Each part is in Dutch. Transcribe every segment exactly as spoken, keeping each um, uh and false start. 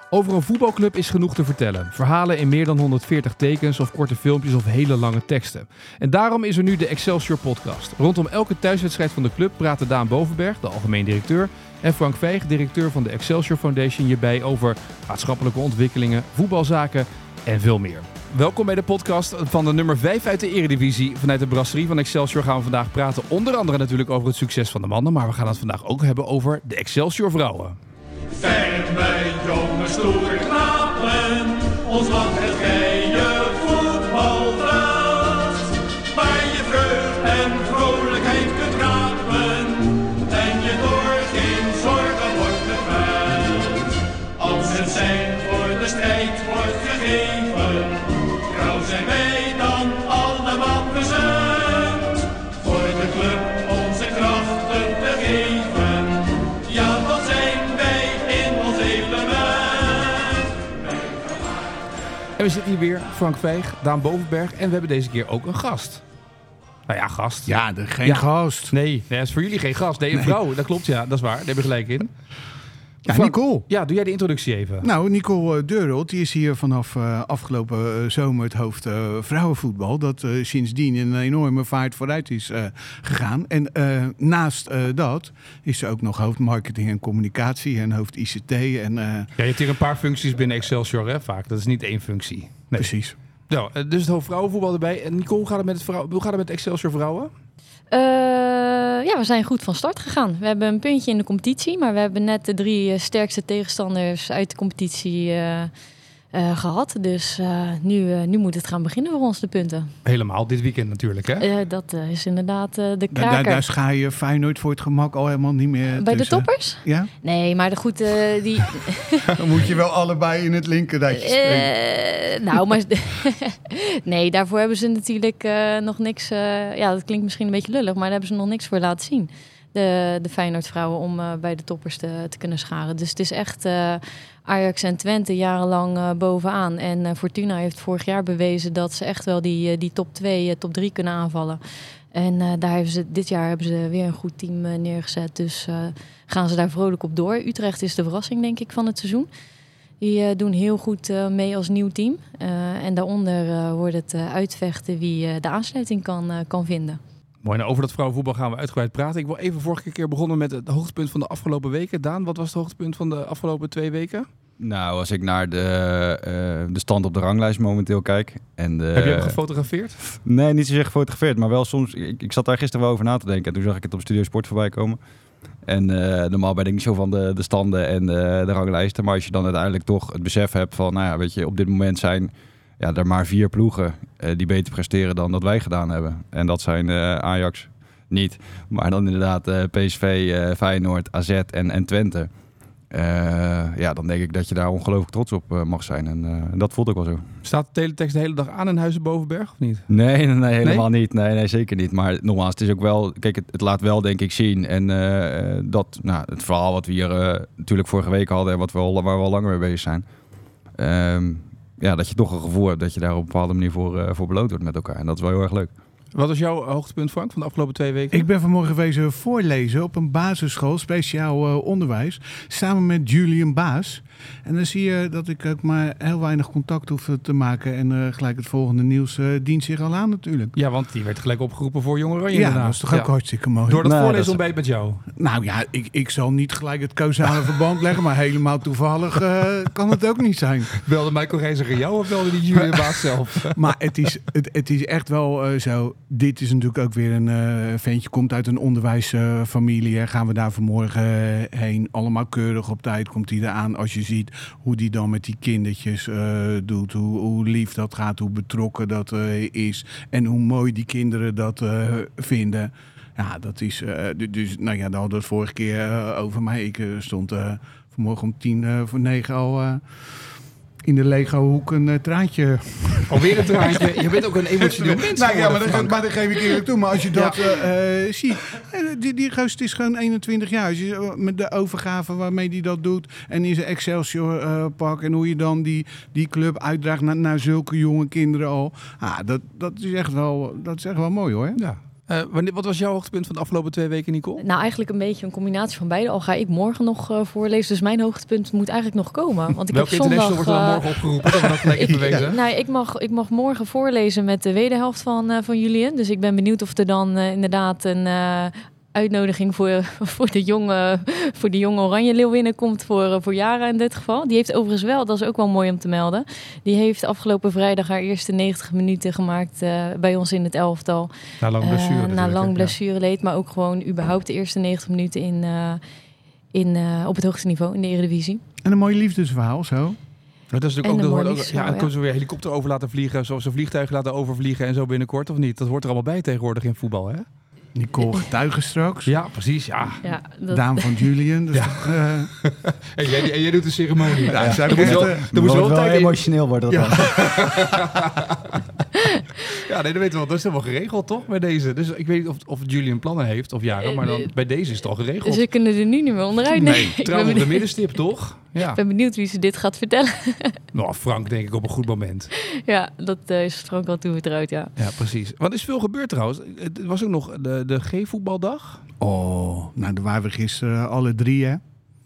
Over een voetbalclub is genoeg te vertellen. Verhalen in meer dan honderdveertig tekens of korte filmpjes of hele lange teksten. En daarom is er nu de Excelsior podcast. Rondom elke thuiswedstrijd van de club praten Daan Bovenberg, de algemeen directeur, en Frank Vijg, directeur van de Excelsior Foundation, hierbij over maatschappelijke ontwikkelingen, voetbalzaken en veel meer. Welkom bij de podcast van de nummer vijf uit de Eredivisie. Vanuit de brasserie van Excelsior gaan we vandaag praten onder andere natuurlijk over het succes van de mannen, maar we gaan het vandaag ook hebben over de Excelsior vrouwen. Zijn wij jonge stoere knapen, ons land het geheime voetbal vraagt. Waar je vreugd en vrolijkheid kunt rapen, en je door geen zorgen wordt bevrijd. Als het zijn voor de strijd wordt gegeven, trouw zijn wij dan allemaal bezend. Voor de club onze krachten te geven, ja dan zijn En we zitten hier weer, Frank Vijg, Daan Bovenberg en we hebben deze keer ook een gast. Nou ja, gast. Ja, de, geen ja. gast. Nee, nee, dat is voor jullie geen gast. Nee, een nee. vrouw. Dat klopt, ja. Dat is waar. Daar heb je gelijk in. Ja, Frank, Nicole. Ja, doe jij de introductie even. Nou, Nicole Deurelt, die is hier vanaf uh, afgelopen uh, zomer het hoofd uh, vrouwenvoetbal. Dat uh, sindsdien in een enorme vaart vooruit is uh, gegaan. En uh, naast uh, dat is ze ook nog hoofd marketing en communicatie en hoofd I C T. En, uh, ja, je hebt hier een paar functies binnen Excelsior, hè, vaak. Dat is niet één functie. Nee. Precies. Nou, dus het hoofd vrouwenvoetbal erbij. En Nicole, hoe gaat het met, het vrouw, hoe gaat het met Excelsior vrouwen? Uh, ja, we zijn goed van start gegaan. We hebben een puntje in de competitie, maar we hebben net de drie uh, sterkste tegenstanders uit de competitie uh, uh, gehad. Dus uh, nu, uh, nu moet het gaan beginnen voor ons, de punten. Helemaal, dit weekend natuurlijk, hè? Uh, dat uh, is inderdaad uh, de kraker. Daar, daar scha je Feyenoord voor het gemak al helemaal niet meer Bij tussen. de toppers? Ja? Nee, maar de goed, uh, die... Dan moet je wel allebei in het linkerrijtje spelen. Uh, nou, maar... nee, daarvoor hebben ze natuurlijk uh, nog niks... Uh, ja, dat klinkt misschien een beetje lullig, maar daar hebben ze nog niks voor laten zien. De, de Feyenoord-vrouwen om uh, bij de toppers te, te kunnen scharen. Dus het is echt uh, Ajax en Twente jarenlang uh, bovenaan. En uh, Fortuna heeft vorig jaar bewezen dat ze echt wel die, uh, die top twee, uh, top drie kunnen aanvallen. En uh, daar hebben ze, dit jaar hebben ze weer een goed team uh, neergezet. Dus uh, gaan ze daar vrolijk op door. Utrecht is de verrassing, denk ik, van het seizoen. Die uh, doen heel goed uh, mee als nieuw team. Uh, en daaronder uh, wordt het uh, uitvechten wie uh, de aansluiting kan, uh, kan vinden. Mooi, nou, over dat vrouwenvoetbal gaan we uitgebreid praten. Ik wil even vorige keer begonnen met het hoogtepunt van de afgelopen weken. Daan, wat was het hoogtepunt van de afgelopen twee weken? Nou, als ik naar de, uh, de stand op de ranglijst momenteel kijk. En de, Heb je hem gefotografeerd? Nee, niet zozeer gefotografeerd, maar wel soms... Ik, ik zat daar gisteren wel over na te denken. En toen zag ik het op Studio Sport voorbij komen. En uh, normaal ben ik niet zo van de, de standen en de, de ranglijsten. Maar als je dan uiteindelijk toch het besef hebt van... Nou ja, weet je, op dit moment zijn ja, er maar vier ploegen uh, die beter presteren dan dat wij gedaan hebben. En dat zijn uh, Ajax niet. Maar dan inderdaad uh, P S V, uh, Feyenoord, A Z en, en Twente. Uh, ja, dan denk ik dat je daar ongelooflijk trots op uh, mag zijn. En uh, dat voelt ook wel zo. Staat de teletext de hele dag aan in Huizen Bovenberg of niet? Nee, nee, nee helemaal nee? niet. Nee, nee, zeker niet. Maar nogmaals, het is ook wel... Kijk, het, het laat wel denk ik zien. En uh, dat, nou, het verhaal wat we hier uh, natuurlijk vorige week hadden... en wat we al, waar we al langer mee bezig zijn... Uh, ja, dat je toch een gevoel hebt dat je daar op een bepaalde manier voor, uh, voor beloond wordt met elkaar. En dat is wel heel erg leuk. Wat is jouw hoogtepunt, Frank, van de afgelopen twee weken? Ik ben vanmorgen wezen voorlezen op een basisschool, speciaal uh, onderwijs, samen met Julian Baas. En dan zie je dat ik ook maar heel weinig contact hoef te maken. En uh, gelijk het volgende nieuws uh, dient zich al aan natuurlijk. Ja, want die werd gelijk opgeroepen voor Jong Oranje. Ja, dat is toch ook ja. hartstikke mooi. Door dat nou, voorleesontbijt met jou? Nou ja, ik, ik zal niet gelijk het causale verband leggen, maar helemaal toevallig uh, kan het ook niet zijn. Belde Michael Reiziger jou of belde die Julian Baas zelf? Maar het is, het, het is echt wel uh, zo. Dit is natuurlijk ook weer een uh, ventje, komt uit een onderwijsfamilie. Uh, gaan we daar vanmorgen uh, heen. Allemaal keurig op tijd komt hij eraan. Als je ziet hoe die dan met die kindertjes uh, doet. Hoe, hoe lief dat gaat, hoe betrokken dat uh, is. En hoe mooi die kinderen dat uh, vinden. Ja, dat is... Uh, dus, nou ja, daar hadden we het vorige keer uh, over mij. Ik uh, stond uh, vanmorgen om tien uh, voor negen al... Uh, in de Lego-hoek een uh, traantje. Alweer een traantje. Je bent ook een emotioneel mens. Nou ja, maar dat, maar dat geef ik eerlijk toe. Maar als je dat ja. uh, ziet... Die, die gast is gewoon eenentwintig jaar. Als je, met de overgave waarmee hij dat doet... en in zijn Excelsior-pak... Uh, en hoe je dan die, die club uitdraagt naar, naar zulke jonge kinderen al... Ah, dat, dat, is echt wel, dat is echt wel mooi, hoor. Ja. Uh, wanneer, wat was jouw hoogtepunt van de afgelopen twee weken, Nicole? Nou, eigenlijk een beetje een combinatie van beide. Al ga ik morgen nog uh, voorlezen. Dus mijn hoogtepunt moet eigenlijk nog komen. Want ik Welke heb zondag, international wordt er dan morgen opgeroepen? Dat we dat gelijk even weten. Nou, ik mag, ik mag morgen voorlezen met de wederhelft van, uh, van Julian. Dus ik ben benieuwd of er dan uh, inderdaad een... Uh, uitnodiging voor, voor, de jonge, voor de jonge Oranje Leeuwinnen komt voor, voor Yara in dit geval. Die heeft overigens wel, dat is ook wel mooi om te melden, die heeft afgelopen vrijdag haar eerste negentig minuten gemaakt uh, bij ons in het elftal. Na lang blessure. Uh, na lang blessureleed, maar ook gewoon überhaupt de eerste negentig minuten in, uh, in, uh, op het hoogste niveau in de Eredivisie. En een mooi liefdesverhaal zo. Dat is natuurlijk ook, dat hoort ook, ja, dan kunnen ze weer helikopter over laten vliegen, zoals ze vliegtuigen laten overvliegen en zo binnenkort, of niet? Dat hoort er allemaal bij tegenwoordig in voetbal, hè? Nicole getuigen straks. Ja, precies. Ja. Ja, dat... Daan van Julian. Dus ja. toch, uh... en, jij, en jij doet de ceremonie. Ja, ja, dat moet wel, dat moet wel, wel emotioneel worden. Dat ja. ja, nee, dat weten we wel. Dat is helemaal geregeld, toch? Bij deze. Dus ik weet niet of, of Julian plannen heeft of Jaren, maar dan, bij deze is het al geregeld. Ze kunnen er nu niet meer onderuit. Nee, nee trouw op de middenstip, toch? Ja. Ik ben benieuwd wie ze dit gaat vertellen. Nou, Frank denk ik op een goed moment. Ja, dat uh, is Frank al toevertrouwd, ja. Ja, precies. Wat is veel gebeurd trouwens? Het was ook nog de, de G-voetbaldag. Oh, nou, daar waren we gisteren alle drie, hè.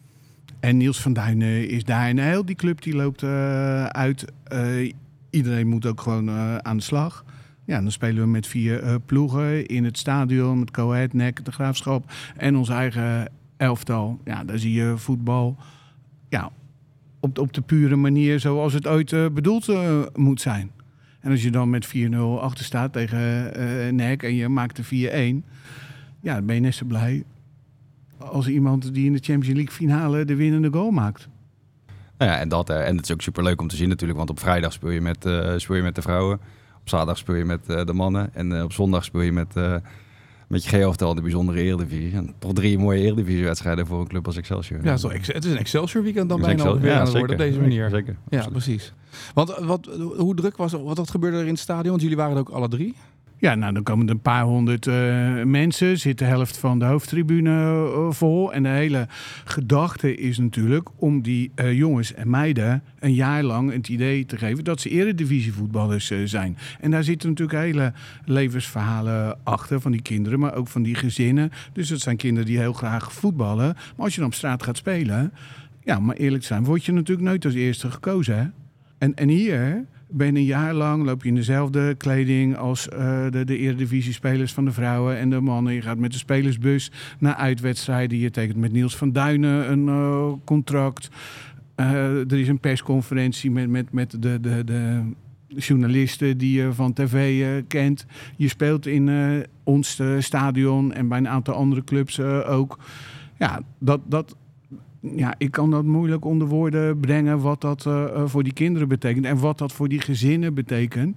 En Niels van Duinen is daar. En heel die club die loopt uh, uit. Uh, iedereen moet ook gewoon uh, aan de slag. Ja, dan spelen we met vier uh, ploegen in het stadion. Met Coët, N E C, de Graafschap en ons eigen elftal. Ja, daar zie je voetbal... Ja, op, op de pure manier zoals het ooit uh, bedoeld uh, moet zijn. En als je dan met vier nul achter staat tegen uh, N E C en je maakt de vier-een... Ja, dan ben je net zo blij als iemand die in de Champions League finale de winnende goal maakt. Nou ja, en, dat, uh, en het is ook superleuk om te zien natuurlijk, want op vrijdag speel je met, uh, speel je met de vrouwen. Op zaterdag speel je met uh, de mannen. En uh, op zondag speel je met... Uh, Met je G-elftal de bijzondere Eredivisie. En toch drie mooie Eredivisie-wedstrijden voor een club als Excelsior. Ja, zo, het is een Excelsior-weekend dan bijna Excel- alweer ja, aan het worden op deze manier. Zeker, ja, absoluut. Precies. Want wat, hoe druk was het? Wat, wat gebeurde er in het stadion? Want jullie waren er ook alle drie. Ja, nou dan komen er een paar honderd uh, mensen. Zit de helft van de hoofdtribune uh, vol. En de hele gedachte is natuurlijk om die uh, jongens en meiden een jaar lang het idee te geven dat ze eredivisievoetballers uh, zijn. En daar zitten natuurlijk hele levensverhalen achter van die kinderen, maar ook van die gezinnen. Dus dat zijn kinderen die heel graag voetballen. Maar als je dan op straat gaat spelen, ja, maar eerlijk te zijn, word je natuurlijk nooit als eerste gekozen, hè? En, en hier... Ben je een jaar lang, loop je in dezelfde kleding als uh, de, de Eredivisie-spelers van de vrouwen en de mannen. Je gaat met de spelersbus naar uitwedstrijden. Je tekent met Niels van Duinen een uh, contract. Uh, er is een persconferentie met, met, met de, de, de journalisten die je van tv uh, kent. Je speelt in uh, ons uh, stadion en bij een aantal andere clubs uh, ook. Ja, dat... dat Ja, ik kan dat moeilijk onder woorden brengen wat dat uh, voor die kinderen betekent en wat dat voor die gezinnen betekent.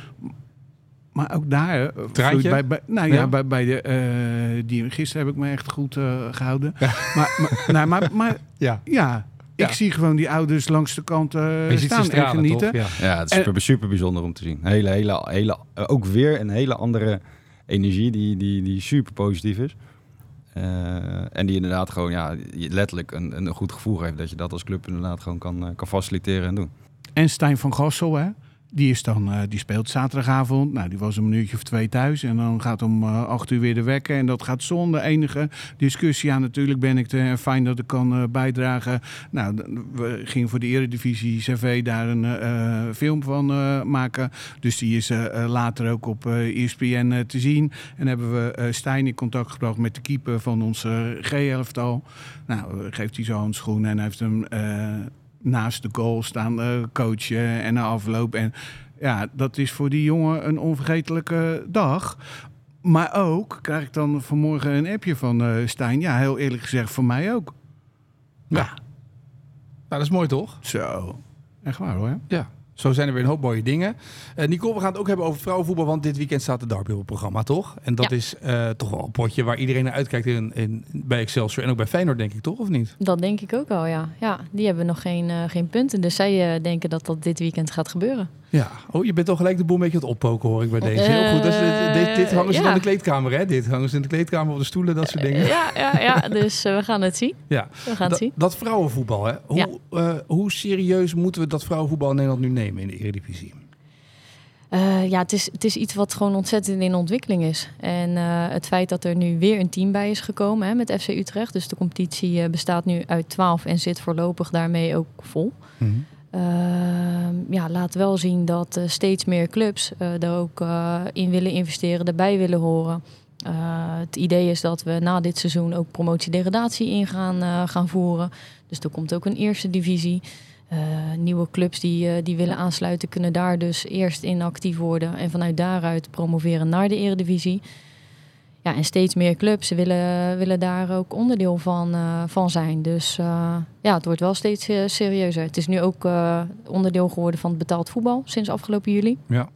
Maar ook daar... Traantje? Bij, bij, nou ja, ja. bij, bij de... Uh, die, gisteren heb ik me echt goed uh, gehouden. Ja. Maar, maar, nou, maar, maar ja. ja, ik ja. zie gewoon die ouders langs de kant uh, staan stralen, en genieten. Ja, ja, het is super, super bijzonder om te zien. Hele, hele, hele, ook weer een hele andere energie die, die, die super positief is. Uh, en die inderdaad gewoon ja, letterlijk een, een goed gevoel geeft dat je dat als club inderdaad gewoon kan, uh, kan faciliteren en doen. En Stijn van Gassel, hè? Die, is dan, uh, die speelt zaterdagavond. Nou, die was een minuutje of twee thuis. En dan gaat om uh, acht uur weer de wekker. En dat gaat zonder enige discussie aan. Natuurlijk ben ik er fijn dat ik kan uh, bijdragen. Nou, we gingen voor de Eredivisie C V daar een uh, film van uh, maken. Dus die is uh, later ook op uh, E S P N uh, te zien. En hebben we uh, Stijn in contact gebracht met de keeper van ons uh, G-elftal. Nou, geeft hij zijn handschoen en hij heeft hem... Uh, naast de goal staan uh, coachen en na afloop. En ja, dat is voor die jongen een onvergetelijke dag. Maar ook krijg ik dan vanmorgen een appje van uh, Stijn. Ja, heel eerlijk gezegd, voor mij ook. Ja. ja. Nou, dat is mooi toch? Zo. Echt waar hoor. Ja. Zo zijn er weer een hoop mooie dingen. Uh, Nicole, we gaan het ook hebben over vrouwenvoetbal, want dit weekend staat de derby op het programma, toch? En dat ja. is uh, toch wel een potje waar iedereen naar uitkijkt in, in, bij Excelsior en ook bij Feyenoord, denk ik, toch? Of niet? Dat denk ik ook al, ja. Ja, die hebben nog geen, uh, geen punten, dus zij uh, denken dat dat dit weekend gaat gebeuren. Ja, oh, je bent toch gelijk de boel een beetje aan het oppoken, hoor ik bij deze. Heel goed. Dat is, dit, dit, dit hangen ze ja. in de kleedkamer, hè? Dit hangen ze in de kleedkamer op de stoelen, dat soort dingen. Ja, ja, ja. dus uh, we gaan het zien. Ja. We gaan het da, zien. Dat vrouwenvoetbal, hè? Hoe, ja. uh, hoe serieus moeten we dat vrouwenvoetbal in Nederland nu nemen in de Eredivisie? Uh, ja, het is, het is iets wat gewoon ontzettend in ontwikkeling is. En uh, het feit dat er nu weer een team bij is gekomen hè, met F C Utrecht. Dus de competitie uh, bestaat nu uit twaalf en zit voorlopig daarmee ook vol. Mm-hmm. Uh, ja, laat wel zien dat uh, steeds meer clubs uh, daar ook uh, in willen investeren, daarbij willen horen. Uh, het idee is dat we na dit seizoen ook promotie-degradatie in gaan, uh, gaan voeren. Dus er komt ook een eerste divisie. Uh, nieuwe clubs die, uh, die willen aansluiten kunnen daar dus eerst in actief worden en vanuit daaruit promoveren naar de eredivisie. Ja, en steeds meer clubs willen, willen daar ook onderdeel van, uh, van zijn. Dus uh, ja, het wordt wel steeds uh, serieuzer. Het is nu ook uh, onderdeel geworden van het betaald voetbal sinds afgelopen juli. Ja.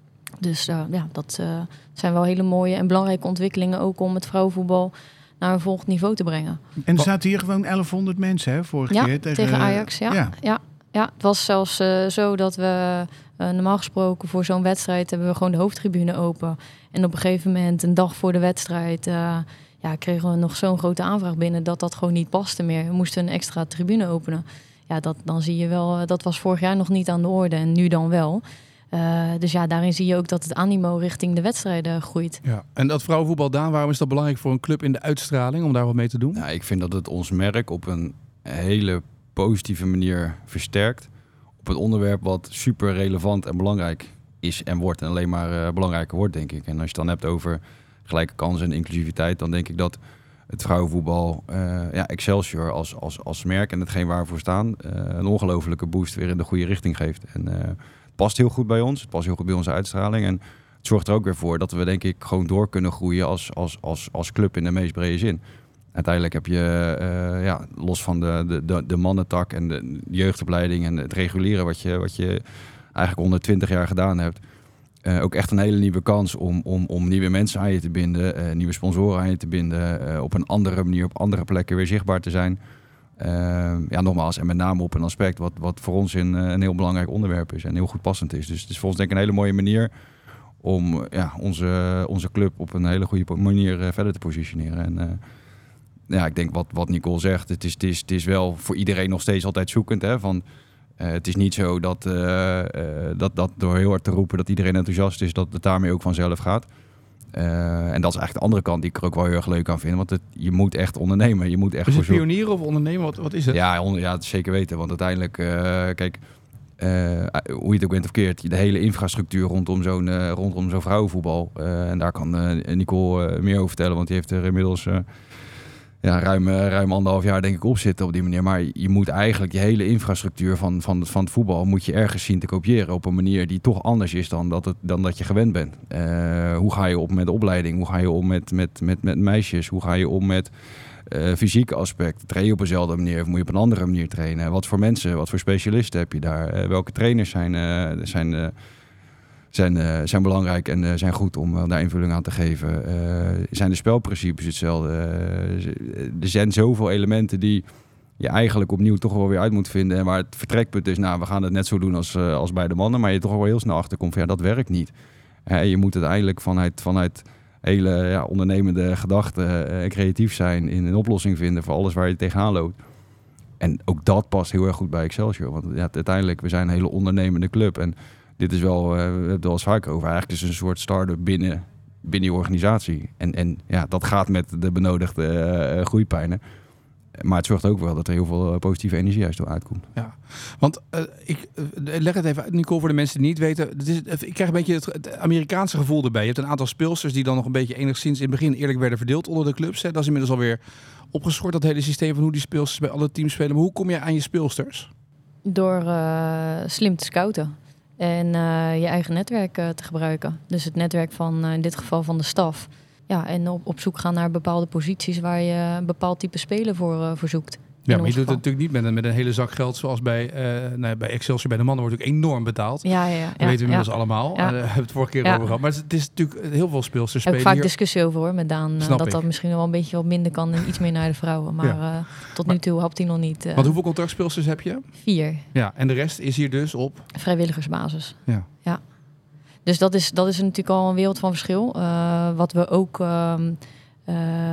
Dus uh, ja, dat uh, zijn wel hele mooie en belangrijke ontwikkelingen ook om het vrouwenvoetbal naar een volgend niveau te brengen. En er zaten hier gewoon elfhonderd mensen, hè, vorige ja, keer. Tegen, tegen Ajax, ja. ja. ja. Ja, het was zelfs uh, zo dat we uh, normaal gesproken voor zo'n wedstrijd hebben we gewoon de hoofdtribune open. En op een gegeven moment, een dag voor de wedstrijd, uh, ja, kregen we nog zo'n grote aanvraag binnen dat dat gewoon niet paste meer. We moesten een extra tribune openen. Ja, dat, dan zie je wel, uh, dat was vorig jaar nog niet aan de orde en nu dan wel. Uh, dus ja, daarin zie je ook dat het animo richting de wedstrijden groeit. Ja. En dat vrouwenvoetbal, Daan, waarom is dat belangrijk voor een club in de uitstraling om daar wat mee te doen? Nou, ik vind dat het ons merk op een hele positieve manier versterkt. Op het onderwerp wat super relevant en belangrijk is en wordt. En alleen maar uh, belangrijker wordt, denk ik. En als je het dan hebt over gelijke kansen en inclusiviteit, dan denk ik dat het vrouwenvoetbal, uh, ja, Excelsior als, als, als merk en hetgeen waar we voor staan, uh, een ongelofelijke boost weer in de goede richting geeft. En uh, het past heel goed bij ons. Het past heel goed bij onze uitstraling. En het zorgt er ook weer voor dat we, denk ik, gewoon door kunnen groeien als, als, als, als club in de meest brede zin. Uiteindelijk heb je, uh, ja, los van de, de, de mannentak en de jeugdopleiding en het reguleren wat je, wat je eigenlijk onder twintig jaar gedaan hebt, uh, ook echt een hele nieuwe kans om, om, om nieuwe mensen aan je te binden, uh, nieuwe sponsoren aan je te binden, uh, op een andere manier, op andere plekken weer zichtbaar te zijn. Uh, ja, nogmaals, en met name op een aspect wat, wat voor ons een, een heel belangrijk onderwerp is en heel goed passend is. Dus het is voor ons denk ik een hele mooie manier om ja, onze, onze club op een hele goede manier uh, verder te positioneren. En, uh, Ja, ik denk wat, wat Nicole zegt, het is, het, is, het is wel voor iedereen nog steeds altijd zoekend. Hè? Van, uh, het is niet zo dat, uh, uh, dat, dat door heel hard te roepen dat iedereen enthousiast is, dat het daarmee ook vanzelf gaat. Uh, en dat is eigenlijk de andere kant die ik er ook wel heel erg leuk aan vind. Want het, je moet echt ondernemen. Je moet echt is het voor pionieren of ondernemen? Wat, wat is het? Ja, on, ja, het is zeker weten. Want uiteindelijk, uh, kijk, uh, hoe je het ook bent of keert, de hele infrastructuur rondom zo'n, uh, rondom zo'n vrouwenvoetbal. Uh, en daar kan uh, Nicole uh, meer over vertellen, want die heeft er inmiddels Uh, Ja, ruim, ruim anderhalf jaar denk ik op zitten op die manier. Maar je moet eigenlijk die hele infrastructuur van, van, van het voetbal moet je ergens zien te kopiëren op een manier die toch anders is dan dat, het, dan dat je gewend bent. Uh, hoe ga je om met opleiding? Hoe ga je om met, met, met, met meisjes? Hoe ga je om met uh, fysieke aspecten? Train je op dezelfde manier of moet je op een andere manier trainen? Wat voor mensen, wat voor specialisten heb je daar? Uh, welke trainers zijn, uh, zijn uh, Zijn, uh, zijn belangrijk en uh, zijn goed om uh, daar invulling aan te geven. Uh, zijn de spelprincipes hetzelfde? Uh, er zijn zoveel elementen die je eigenlijk opnieuw toch wel weer uit moet vinden. En waar het vertrekpunt is, nou, we gaan het net zo doen als, uh, als bij de mannen. Maar je toch wel heel snel achterkomt van, ja, dat werkt niet. Uh, je moet uiteindelijk vanuit, vanuit hele ja, ondernemende gedachten en uh, creatief zijn in een oplossing vinden voor alles waar je tegenaan loopt. En ook dat past heel erg goed bij Excelsior. Want ja, uiteindelijk, we zijn een hele ondernemende club. En dit is wel, uh, we hebben het wel eens vaker over, eigenlijk is het een soort start-up binnen, binnen je organisatie. En, en ja, dat gaat met de benodigde uh, groeipijnen. Maar het zorgt ook wel dat er heel veel uh, positieve energie juist door uitkomt. Ja, want uh, ik uh, leg het even uit, Nicole, voor de mensen die het niet weten. Het is, ik krijg een beetje het, het Amerikaanse gevoel erbij. Je hebt een aantal speelsters die dan nog een beetje enigszins in het begin eerlijk werden verdeeld onder de clubs. Hè. Dat is inmiddels alweer opgeschort, dat hele systeem van hoe die speelsters bij alle teams spelen. Maar hoe kom je aan je speelsters? Door uh, slim te scouten. En uh, je eigen netwerk uh, te gebruiken. Dus het netwerk van, uh, in dit geval van de staf. Ja, en op, op zoek gaan naar bepaalde posities waar je een bepaald type speler voor, uh, voor zoekt. Ja, maar je doet het natuurlijk niet met een, met een hele zak geld zoals bij, uh, nou, bij Excelsior. Bij de mannen wordt ook enorm betaald. Ja, ja, ja. Dat ja, weten we inmiddels ja. allemaal. Ja. Uh, we hebben het vorige keer ja. over gehad. Maar het is natuurlijk heel veel speelsters spelen. spelen Ik heb vaak hier. discussie over hoor, met Daan. Uh, dat ik. dat misschien wel een beetje wat minder kan en iets meer naar de vrouwen. Maar ja. uh, tot maar, nu toe hapt hij nog niet. Uh, want hoeveel contractspeelsters heb je? Vier. Ja, en de rest is hier dus op? Vrijwilligersbasis. Ja. ja. Dus dat is, dat is natuurlijk al een wereld van verschil. Uh, wat we ook... Uh, Uh,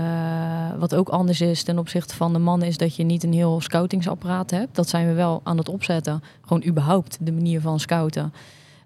wat ook anders is ten opzichte van de mannen is dat je niet een heel scoutingsapparaat hebt. Dat zijn we wel aan het opzetten. Gewoon überhaupt de manier van scouten.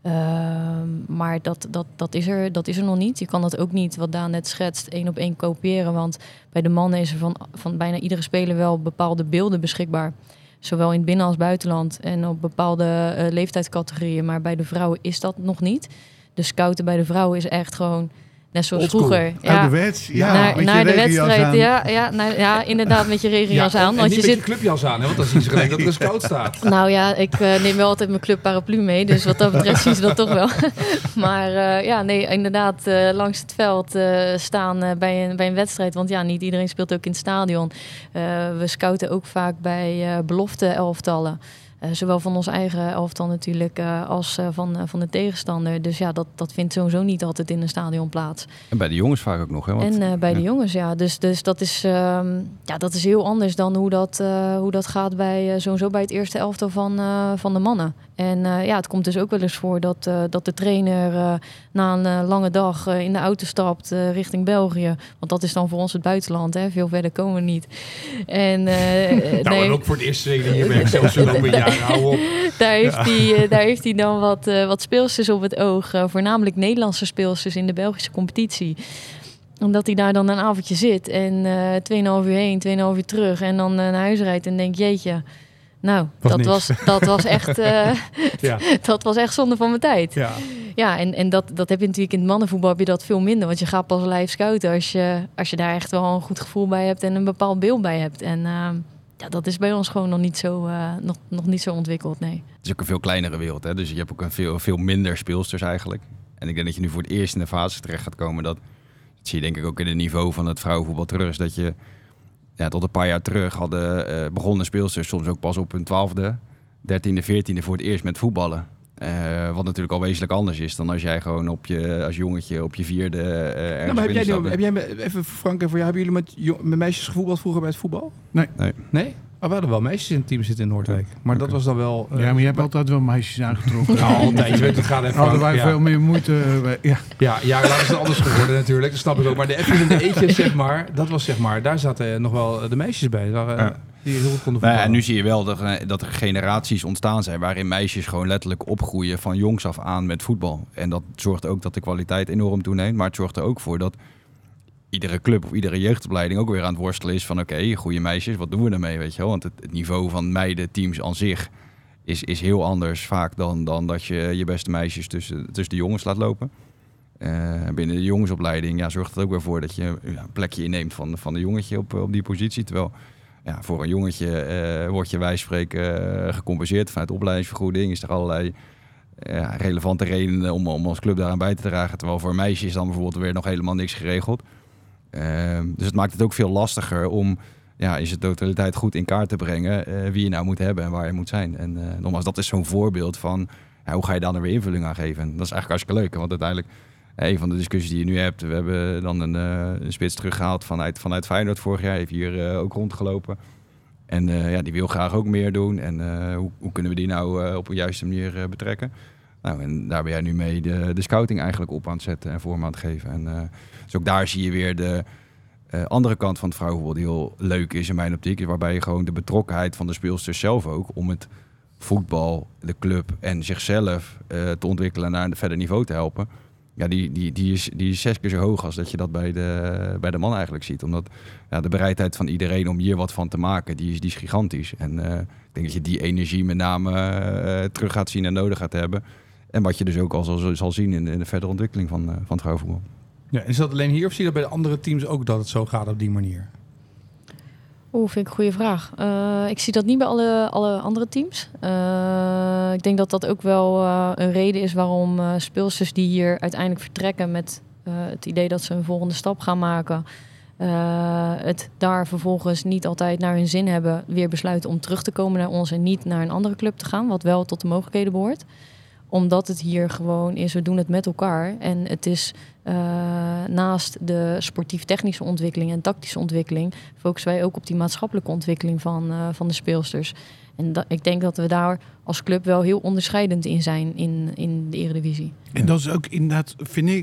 Uh, maar dat, dat, dat, is er, dat is er nog niet. Je kan dat ook niet, wat Daan net schetst, één op één kopiëren. Want bij de mannen is er van, van bijna iedere speler wel bepaalde beelden beschikbaar. Zowel in het binnen- als buitenland en op bepaalde uh, leeftijdscategorieën. Maar bij de vrouwen is dat nog niet. De scouten bij de vrouwen is echt gewoon net zoals Oldschool. vroeger. Ja, ouderwets, ja, naar, met naar je de regenjas wedstrijd. aan. Ja, ja, naar, ja, inderdaad, met je regenjas Ja, aan. en Want niet je met zit. je clubjas aan, hè, want dan zien ze gelijk dat er een scout staat. Nou ja, ik uh, neem wel altijd mijn club paraplu mee. Dus wat dat betreft zien ze dat toch wel. Maar uh, ja, nee, inderdaad, uh, langs het veld uh, staan uh, bij, een, bij een wedstrijd. Want ja, niet iedereen speelt ook in het stadion. Uh, we scouten ook vaak bij uh, belofte elftallen. Uh, zowel van ons eigen elftal natuurlijk uh, als uh, van, uh, van de tegenstander. Dus ja, dat, dat vindt sowieso niet altijd in een stadion plaats. En bij de jongens vaak ook nog. Hè? Want, en uh, bij ja. de jongens, ja. Dus, dus dat, is, um, ja, dat is heel anders dan hoe dat, uh, hoe dat gaat bij, uh, sowieso bij het eerste elftal van, uh, van de mannen. En uh, ja, het komt dus ook wel eens voor dat, uh, dat de trainer uh, na een uh, lange dag uh, in de auto stapt uh, richting België. Want dat is dan voor ons het buitenland, hè. Veel verder komen we niet. En, uh, nou, nee, en ook voor het eerste reden hier ben ik zelfs zo lopen jaren. Hou op. Daar heeft, Ja. hij, uh, daar heeft hij dan wat, uh, wat speelsters op het oog. Uh, voornamelijk Nederlandse speelsters in de Belgische competitie. Omdat hij daar dan een avondje zit. En uh, tweeënhalf uur heen, tweeënhalf uur terug. En dan uh, naar huis rijdt en denkt, jeetje. Nou, Was dat niks. was, dat, was echt, uh, Ja. dat was echt zonde van mijn tijd. Ja. Ja, en, en dat, dat heb je natuurlijk in het mannenvoetbal heb je dat veel minder. Want je gaat pas live scouten als je, als je daar echt wel een goed gevoel bij hebt. En een bepaald beeld bij hebt. En uh, ja, dat is bij ons gewoon nog niet zo, uh, nog, nog niet zo ontwikkeld, nee. Het is ook een veel kleinere wereld. Hè? Dus je hebt ook een veel, veel minder speelsters eigenlijk. En ik denk dat je nu voor het eerst in de fase terecht gaat komen. Dat, dat zie je denk ik ook in het niveau van het vrouwenvoetbal terug. Is dat je ja, tot een paar jaar terug hadden uh, begonnen speelsters soms ook pas op hun twaalfde, dertiende, veertiende voor het eerst met voetballen. Uh, wat natuurlijk al wezenlijk anders is dan als jij gewoon op je, als jongetje op je vierde uh, ergens Nou, maar heb jij, binnenstapt. nu, heb jij me- even Frank en voor jou, hebben jullie met, jo- met meisjes gevoetbald vroeger bij het voetbal? Nee. Nee. Nee? Oh, we hadden wel meisjes in het team zitten in Noordwijk. Maar Oké. dat was dan wel... uh, Ja, maar je hebt altijd wel meisjes aangetrokken. Nou, altijd. Je weet, het gaat even... Hadden wij ja. veel meer moeite. uh, bij- ja. Ja, jaren later is het anders geworden natuurlijk. Dat snap ik ook. Maar de F's en de E'tjes, zeg maar, dat was zeg maar... Daar zaten nog wel de meisjes bij. Daar, uh, Ja. Die heel goed konden Nou ja, voetballen. en nu zie je wel dat, dat er generaties ontstaan zijn waarin meisjes gewoon letterlijk opgroeien van jongs af aan met voetbal. En dat zorgt ook dat de kwaliteit enorm toeneemt. Maar het zorgt er ook voor dat iedere club of iedere jeugdopleiding ook weer aan het worstelen is van oké, okay, goede meisjes, wat doen we ermee, weet je wel? Want het, het niveau van meidenteams aan zich is, is heel anders vaak dan, dan dat je je beste meisjes tussen, tussen de jongens laat lopen. Uh, binnen de jongensopleiding ja, zorgt het ook weer voor dat je ja, een plekje inneemt van, van de jongetje op, op die positie. Terwijl ja, voor een jongetje uh, wordt je wij spreken uh, gecompenseerd vanuit opleidingsvergoeding. Is er allerlei ja, relevante redenen om, om als club daaraan bij te dragen. Terwijl voor een meisje is dan bijvoorbeeld weer nog helemaal niks geregeld. Uh, dus het maakt het ook veel lastiger om ja, in zijn totaliteit goed in kaart te brengen uh, wie je nou moet hebben en waar je moet zijn. En uh, nogmaals, dat is zo'n voorbeeld van ja, hoe ga je daar nou weer invulling aan geven. En dat is eigenlijk hartstikke leuk, want uiteindelijk een van de discussies die je nu hebt, we hebben dan een, uh, een spits teruggehaald vanuit, vanuit Feyenoord vorig jaar, heeft hier uh, ook rondgelopen. En uh, ja, die wil graag ook meer doen. En uh, hoe, hoe kunnen we die nou uh, op een juiste manier uh, betrekken? Nou, en daar ben jij nu mee de, de scouting eigenlijk op aan het zetten en vorm aan het geven. En uh, dus ook daar zie je weer de uh, andere kant van het vrouwenvoetbal die heel leuk is in mijn optiek. Waarbij je gewoon de betrokkenheid van de speelsters zelf ook om het voetbal, de club en zichzelf uh, te ontwikkelen naar een verder niveau te helpen. Ja, die, die, die, is, die is zes keer zo hoog als dat je dat bij de, bij de man eigenlijk ziet. Omdat ja, de bereidheid van iedereen om hier wat van te maken, die is, die is gigantisch. En uh, ik denk dat je die energie met name uh, terug gaat zien en nodig gaat hebben. En wat je dus ook al zal, zal zien in, in de verdere ontwikkeling van, uh, van het vrouwenvoetbal. Ja, is dat alleen hier of zie je dat bij de andere teams ook dat het zo gaat op die manier? Oeh, vind ik een goede vraag. Uh, ik zie dat niet bij alle, alle andere teams. Uh, ik denk dat dat ook wel uh, een reden is waarom uh, speelsters die hier uiteindelijk vertrekken met uh, het idee dat ze een volgende stap gaan maken, uh, het daar vervolgens niet altijd naar hun zin hebben, weer besluiten om terug te komen naar ons en niet naar een andere club te gaan, wat wel tot de mogelijkheden behoort. Omdat het hier gewoon is, we doen het met elkaar. En het is uh, naast de sportief-technische ontwikkeling en tactische ontwikkeling, focussen wij ook op die maatschappelijke ontwikkeling van, uh, van de speelsters. En da- ik denk dat we daar als club wel heel onderscheidend in zijn in, in de Eredivisie. En dat is ook inderdaad, vind ik,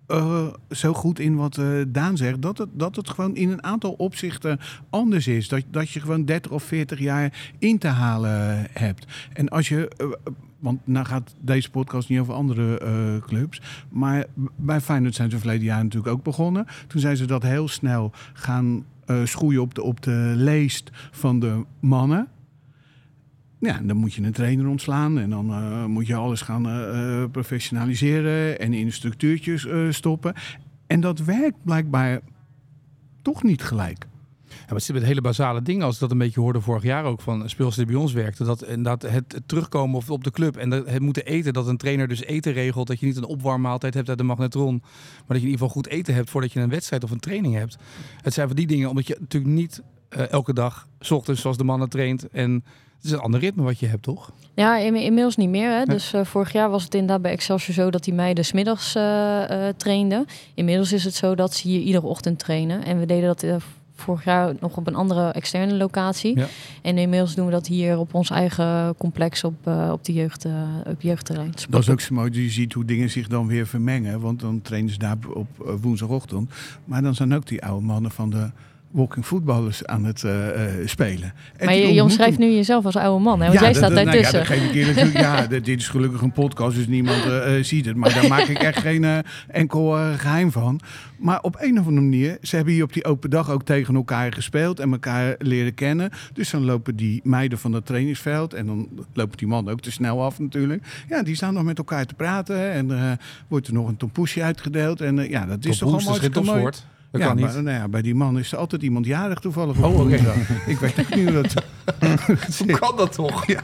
uh, zo goed in wat uh, Daan zegt. Dat het, dat het gewoon in een aantal opzichten anders is. Dat, dat je gewoon dertig of veertig jaar in te halen hebt. En als je... Uh, want nou gaat deze podcast niet over andere uh, clubs. Maar bij Feyenoord zijn ze verleden jaar natuurlijk ook begonnen. Toen zijn ze dat heel snel gaan uh, schoeien op de, op de leest van de mannen. Ja, dan moet je een trainer ontslaan. En dan uh, moet je alles gaan uh, professionaliseren. En in structuurtjes uh, stoppen. En dat werkt blijkbaar toch niet gelijk. Ja, maar het zit met hele basale dingen, als ik dat een beetje hoorde vorig jaar ook van speelsters die bij ons werkten. Dat, en dat het, het terugkomen op, op de club en dat het moeten eten, dat een trainer dus eten regelt. Dat je niet een opwarmmaaltijd hebt uit de magnetron, maar dat je in ieder geval goed eten hebt voordat je een wedstrijd of een training hebt. Het zijn van die dingen, omdat je natuurlijk niet uh, elke dag, 's ochtends zoals de mannen traint. En het is een ander ritme wat je hebt, toch? Ja, in, inmiddels niet meer. Hè? Ja. Dus uh, vorig jaar was het inderdaad bij Excelsior zo dat die meiden 's middags uh, uh, trainden. Inmiddels is het zo dat ze hier iedere ochtend trainen. En we deden dat uh, vorig jaar nog op een andere externe locatie. Ja. En inmiddels doen we dat hier op ons eigen complex op, uh, op de jeugd, uh, op jeugdterrein. Dat is ook zo mooi. Je ziet hoe dingen zich dan weer vermengen. Want dan trainen ze daar op uh, woensdagochtend. Maar dan zijn ook die oude mannen van de walking voetballers aan het uh, uh, spelen. En maar je, je omschrijft nu jezelf als oude man, hè? Want ja, jij dat, staat dat, daartussen. Nou ja, dat geef ik eerlijk, ja, dit is gelukkig een podcast, dus niemand uh, uh, ziet het. Maar daar maak ik echt geen uh, enkel uh, geheim van. Maar op een of andere manier, ze hebben hier op die open dag ook tegen elkaar gespeeld en elkaar leren kennen. Dus dan lopen die meiden van het trainingsveld en dan lopen die mannen ook te snel af natuurlijk. Ja, die staan nog met elkaar te praten en uh, wordt er nog een tompoesje uitgedeeld. En uh, ja, dat is toch allemaal hartstikke mooi. Dat ja, kan maar, niet. Nou ja, bij die man is er altijd iemand jarig toevallig. Oh, oké. Okay. Ik weet echt niet hoe dat... Hoe kan dat toch? Ja.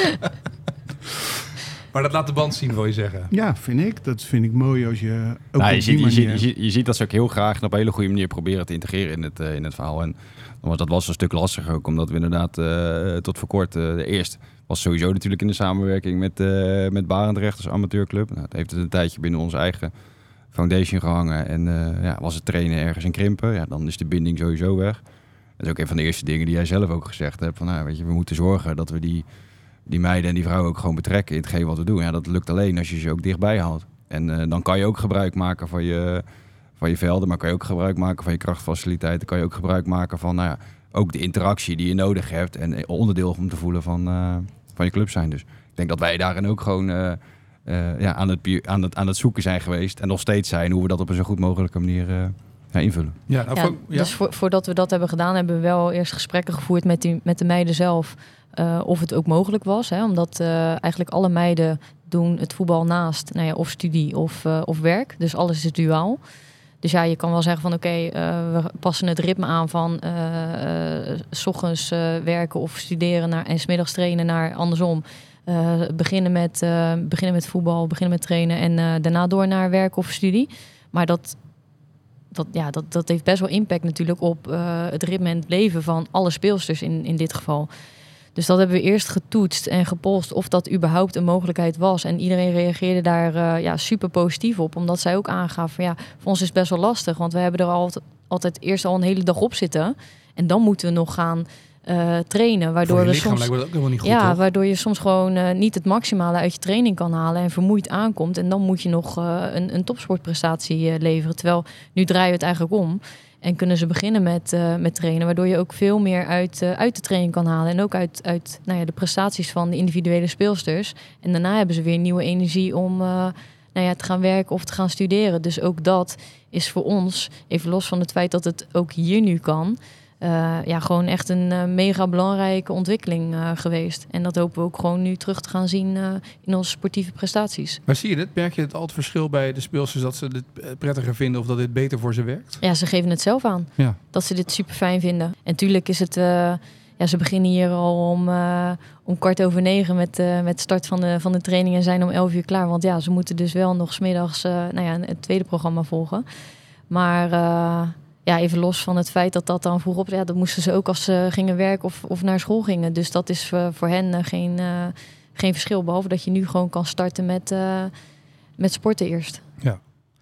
Maar dat laat de band zien, wil je zeggen? Ja, vind ik. Dat vind ik mooi als je ook nou, op je, ziet, die je, ziet, manier... je, ziet, je ziet dat ze ook heel graag en op een hele goede manier proberen te integreren in het, uh, in het verhaal. En dat was een stuk lastiger ook, omdat we inderdaad uh, tot voor kort... Uh, de eerst was sowieso natuurlijk in de samenwerking met, uh, met Barendrecht als amateurclub. Nou, het heeft het een tijdje binnen onze eigen foundation gehangen. En uh, ja, was het trainen ergens in Krimpen, ja, dan is de binding sowieso weg. Dat is ook een van de eerste dingen die jij zelf ook gezegd hebt. Van, nou, weet je, we moeten zorgen dat we die, die meiden en die vrouwen ook gewoon betrekken in hetgeen wat we doen. Ja, dat lukt alleen als je ze ook dichtbij haalt. En uh, dan kan je ook gebruik maken van je, van je velden, maar kan je ook gebruik maken van je krachtfaciliteiten. Kan je ook gebruik maken van nou ja, ook de interactie die je nodig hebt en onderdeel om te voelen van, uh, van je club zijn. Dus ik denk dat wij daarin ook gewoon uh, uh, ja, aan, het, aan, het, aan het zoeken zijn geweest en nog steeds zijn hoe we dat op een zo goed mogelijke manier uh, ja, invullen. Ja, nou, ja, voor, ja. Dus voor, voordat we dat hebben gedaan, hebben we wel eerst gesprekken gevoerd met, die, met de meiden zelf. Uh, of het ook mogelijk was. Hè, omdat uh, eigenlijk alle meiden doen het voetbal naast nou ja, of studie of, uh, of werk. Dus alles is duaal. Dus ja, je kan wel zeggen van oké, okay, uh, we passen het ritme aan van uh, uh, 's ochtends uh, werken of studeren naar, en 's middags trainen naar andersom. Uh, beginnen, met, uh, beginnen met voetbal, beginnen met trainen en uh, daarna door naar werk of studie. Maar dat, dat, ja, dat, dat heeft best wel impact natuurlijk op uh, het ritme en het leven van alle speelsters in, in dit geval. Dus dat hebben we eerst getoetst en gepolst of dat überhaupt een mogelijkheid was. En iedereen reageerde daar uh, ja, super positief op. Omdat zij ook aangaf van ja, voor ons is het best wel lastig. Want we hebben er altijd, altijd eerst al een hele dag op zitten. En dan moeten we nog gaan uh, trainen. Waardoor we soms, lijkt me dat ook helemaal niet goed, ja, toch? waardoor je soms gewoon uh, niet het maximale uit je training kan halen. En vermoeid aankomt. En dan moet je nog uh, een, een topsportprestatie uh, leveren. Terwijl nu draaien we het eigenlijk om. En kunnen ze beginnen met, uh, met trainen. Waardoor je ook veel meer uit, uh, uit de training kan halen. En ook uit, uit nou ja, de prestaties van de individuele speelsters. En daarna hebben ze weer nieuwe energie om uh, nou ja, te gaan werken of te gaan studeren. Dus ook dat is voor ons, even los van het feit dat het ook hier nu kan... Uh, ja, gewoon echt een uh, mega belangrijke ontwikkeling uh, geweest. En dat hopen we ook gewoon nu terug te gaan zien uh, in onze sportieve prestaties. Maar zie je het? Merk je het altijd verschil bij de speelsters dat ze dit prettiger vinden of dat dit beter voor ze werkt? Ja, ze geven het zelf aan. Ja. Dat ze dit super fijn vinden. En tuurlijk is het... Uh, ja, ze beginnen hier al om, uh, om kwart over negen met, uh, met start van de, van de training en zijn om elf uur klaar. Want ja, ze moeten dus wel nog 's middags uh, nou ja, het tweede programma volgen. Maar... Uh, Ja, even los van het feit dat dat dan vroeg op... Ja, dat moesten ze ook als ze gingen werken of, of naar school gingen. Dus dat is uh, voor hen uh, geen, uh, geen verschil. Behalve dat je nu gewoon kan starten met, uh, met sporten eerst. Ja.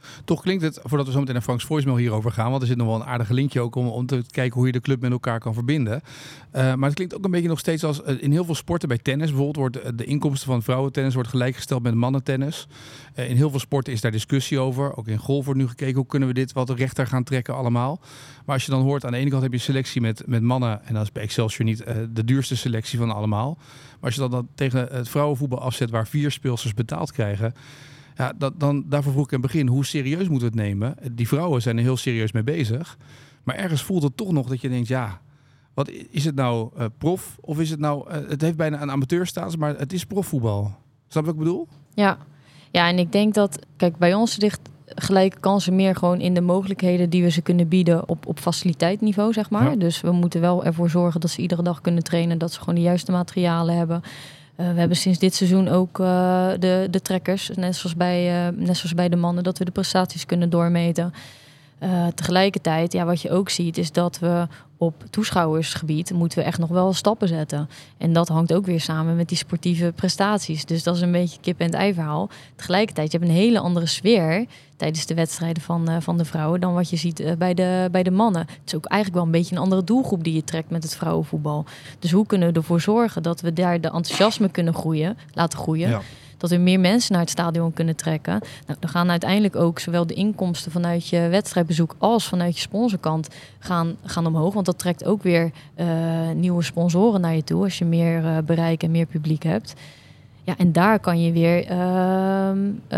Toch klinkt het, voordat we zo meteen naar Frank's voicemail hierover gaan, want er zit nog wel een aardig linkje ook om, om te kijken hoe je de club met elkaar kan verbinden. Uh, maar het klinkt ook een beetje nog steeds als uh, in heel veel sporten, bij tennis bijvoorbeeld, wordt uh, de inkomsten van vrouwentennis wordt gelijkgesteld met mannentennis. Uh, in heel veel sporten is daar discussie over. Ook in golf wordt nu gekeken, hoe kunnen we dit wat rechter gaan trekken allemaal. Maar als je dan hoort, aan de ene kant heb je selectie met, met mannen, en dat is bij Excelsior niet uh, de duurste selectie van allemaal. Maar als je dat dan tegen het vrouwenvoetbal afzet, waar vier speelsters betaald krijgen, ja, dat, dan, daarvoor vroeg ik in het begin, hoe serieus moeten we het nemen? Die vrouwen zijn er heel serieus mee bezig. Maar ergens voelt het toch nog dat je denkt, ja, wat is het nou uh, prof? Of is het nou, uh, het heeft bijna een amateurstatus, maar het is profvoetbal. Snap je wat ik bedoel? Ja. ja, en ik denk dat, kijk, bij ons ligt gelijke kansen meer gewoon in de mogelijkheden die we ze kunnen bieden op, op faciliteitsniveau, zeg maar. Ja. Dus we moeten wel ervoor zorgen dat ze iedere dag kunnen trainen, dat ze gewoon de juiste materialen hebben. Uh, we hebben sinds dit seizoen ook uh, de, de trackers, net zoals, bij, uh, net zoals bij de mannen, dat we de prestaties kunnen doormeten. Uh, tegelijkertijd, ja, wat je ook ziet, is dat we op toeschouwersgebied moeten we echt nog wel stappen zetten. En dat hangt ook weer samen met die sportieve prestaties. Dus dat is een beetje kip en het ei verhaal. Tegelijkertijd, je hebt een hele andere sfeer tijdens de wedstrijden van, uh, van de vrouwen dan wat je ziet uh, bij, de, bij de mannen. Het is ook eigenlijk wel een beetje een andere doelgroep die je trekt met het vrouwenvoetbal. Dus hoe kunnen we ervoor zorgen dat we daar de enthousiasme kunnen groeien, laten groeien? Ja. Dat er meer mensen naar het stadion kunnen trekken. Nou, dan gaan uiteindelijk ook zowel de inkomsten vanuit je wedstrijdbezoek als vanuit je sponsorkant gaan, gaan omhoog. Want dat trekt ook weer uh, nieuwe sponsoren naar je toe als je meer uh, bereik en meer publiek hebt. Ja, en daar kan je weer uh,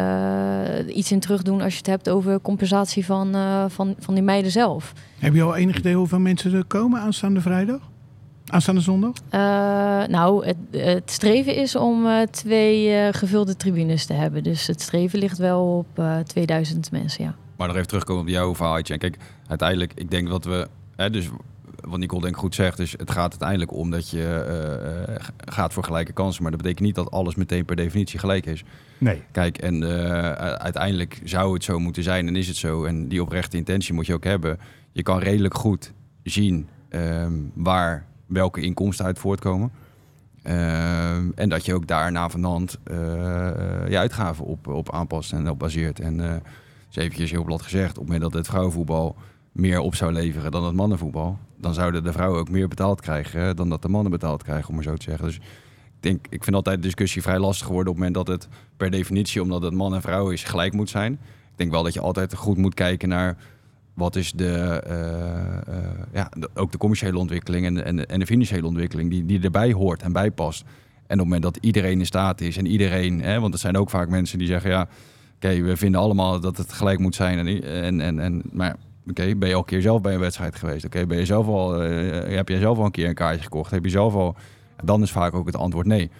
uh, iets in terug doen als je het hebt over compensatie van, uh, van, van die meiden zelf. Heb je al enig idee hoeveel mensen er komen aanstaande vrijdag? Aanstaande zondag? Uh, nou, het, het streven is om uh, twee uh, gevulde tribunes te hebben. Dus het streven ligt wel op uh, tweeduizend mensen, ja. Maar nog even terugkomen op jouw verhaaltje. En kijk, uiteindelijk, ik denk dat we... Hè, dus wat Nicole denk ik goed zegt, dus het gaat uiteindelijk om dat je uh, gaat voor gelijke kansen. Maar dat betekent niet dat alles meteen per definitie gelijk is. Nee. Kijk, en uh, uiteindelijk zou het zo moeten zijn en is het zo. En die oprechte intentie moet je ook hebben. Je kan redelijk goed zien um, waar... welke inkomsten uit voortkomen. Uh, en dat je ook daar na van de hand uh, je uitgaven op, op aanpast en op baseert. En uh, dus eventjes heel plat gezegd, op het moment dat het vrouwenvoetbal meer op zou leveren dan het mannenvoetbal, dan zouden de vrouwen ook meer betaald krijgen dan dat de mannen betaald krijgen, om maar zo te zeggen. Dus ik denk, ik vind altijd de discussie vrij lastig worden op het moment dat het per definitie, omdat het man en vrouw is, gelijk moet zijn. Ik denk wel dat je altijd goed moet kijken naar wat is de, uh, uh, ja, de, ook de commerciële ontwikkeling en de, en de, en de financiële ontwikkeling die, die erbij hoort en bij past. En op het moment dat iedereen in staat is en iedereen, hè, want er zijn ook vaak mensen die zeggen, ja, oké, okay, we vinden allemaal dat het gelijk moet zijn. En, en, en, en, maar oké, okay, ben je al een keer zelf bij een wedstrijd geweest? Oké, okay, ben je zelf al, uh, heb je zelf al een keer een kaartje gekocht? Heb je zelf al? Dan is vaak ook het antwoord nee.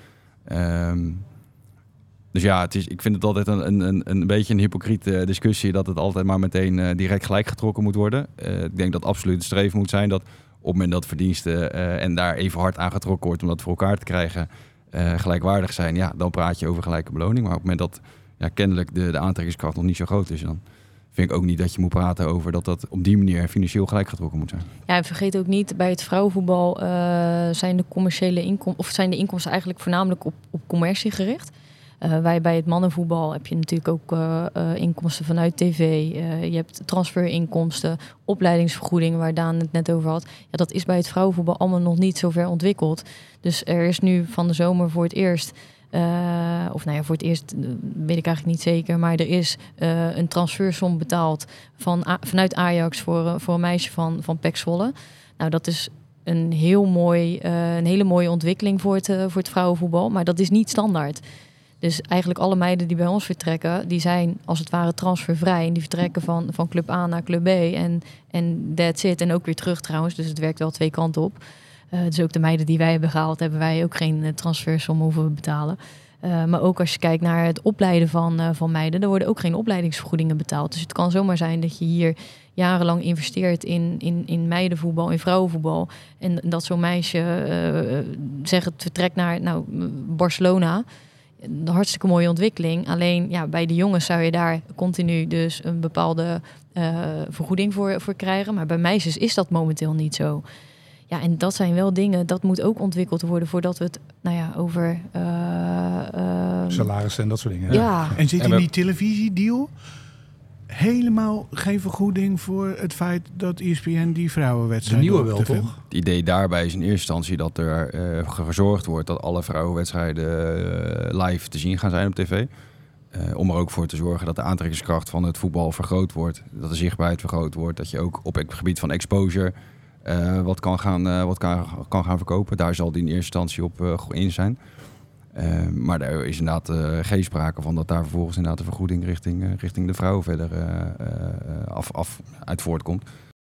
Um, Dus ja, het is, ik vind het altijd een, een, een beetje een hypocriete discussie dat het altijd maar meteen uh, direct gelijk getrokken moet worden. Uh, ik denk dat absoluut het streven moet zijn dat op het moment dat verdiensten uh, en daar even hard aan getrokken wordt om dat voor elkaar te krijgen, uh, gelijkwaardig zijn. Ja, dan praat je over gelijke beloning. Maar op het moment dat ja, kennelijk de, de aantrekkingskracht nog niet zo groot is, dan vind ik ook niet dat je moet praten over dat dat op die manier financieel gelijk getrokken moet zijn. Ja, en vergeet ook niet, bij het vrouwenvoetbal uh, zijn de commerciële inkomsten, of zijn de inkomsten eigenlijk voornamelijk op, op commercie gericht. Uh, wij bij het mannenvoetbal heb je natuurlijk ook uh, uh, inkomsten vanuit tv. Uh, je hebt transferinkomsten, opleidingsvergoedingen waar Daan het net over had. Ja, dat is bij het vrouwenvoetbal allemaal nog niet zo ver ontwikkeld. Dus er is nu van de zomer voor het eerst, uh, of nou ja, voor het eerst uh, weet ik eigenlijk niet zeker, maar er is uh, een transfersom betaald van, A- vanuit Ajax voor, uh, voor een meisje van, van P E C Zwolle. Nou, dat is een, heel mooi, uh, een hele mooie ontwikkeling voor het, uh, voor het vrouwenvoetbal, maar dat is niet standaard. Dus eigenlijk alle meiden die bij ons vertrekken, die zijn als het ware transfervrij. En die vertrekken van, van club A naar club B. En, en that's it. En ook weer terug trouwens. Dus het werkt wel twee kanten op. Uh, dus ook de meiden die wij hebben gehaald, hebben wij ook geen uh, transfersom hoeven betalen. Uh, maar ook als je kijkt naar het opleiden van, uh, van meiden, er worden ook geen opleidingsvergoedingen betaald. Dus het kan zomaar zijn dat je hier jarenlang investeert in, in, in meidenvoetbal, in vrouwenvoetbal. En dat zo'n meisje uh, zegt het vertrekt naar nou, Barcelona. Een hartstikke mooie ontwikkeling. Alleen ja, bij de jongens zou je daar continu dus een bepaalde uh, vergoeding voor, voor krijgen. Maar bij meisjes is dat momenteel niet zo. Ja, en dat zijn wel dingen, dat moet ook ontwikkeld worden voordat we het, nou ja, over Uh, uh, salarissen en dat soort dingen. Ja. En zit en in we... die televisiedeal, helemaal geen vergoeding voor het feit dat E S P N die vrouwenwedstrijd... De nieuwe wel, toch? Het idee daarbij is in eerste instantie dat er uh, gezorgd wordt dat alle vrouwenwedstrijden uh, live te zien gaan zijn op tv. Uh, om er ook voor te zorgen dat de aantrekkingskracht van het voetbal vergroot wordt. Dat de zichtbaarheid vergroot wordt. Dat je ook op het gebied van exposure uh, wat, kan gaan, uh, wat kan, kan gaan verkopen. Daar zal die in eerste instantie op uh, in zijn. Uh, maar er is inderdaad uh, geen sprake van dat daar vervolgens inderdaad de vergoeding richting, uh, richting de vrouwen verder uh, uh, af, af uit voortkomt.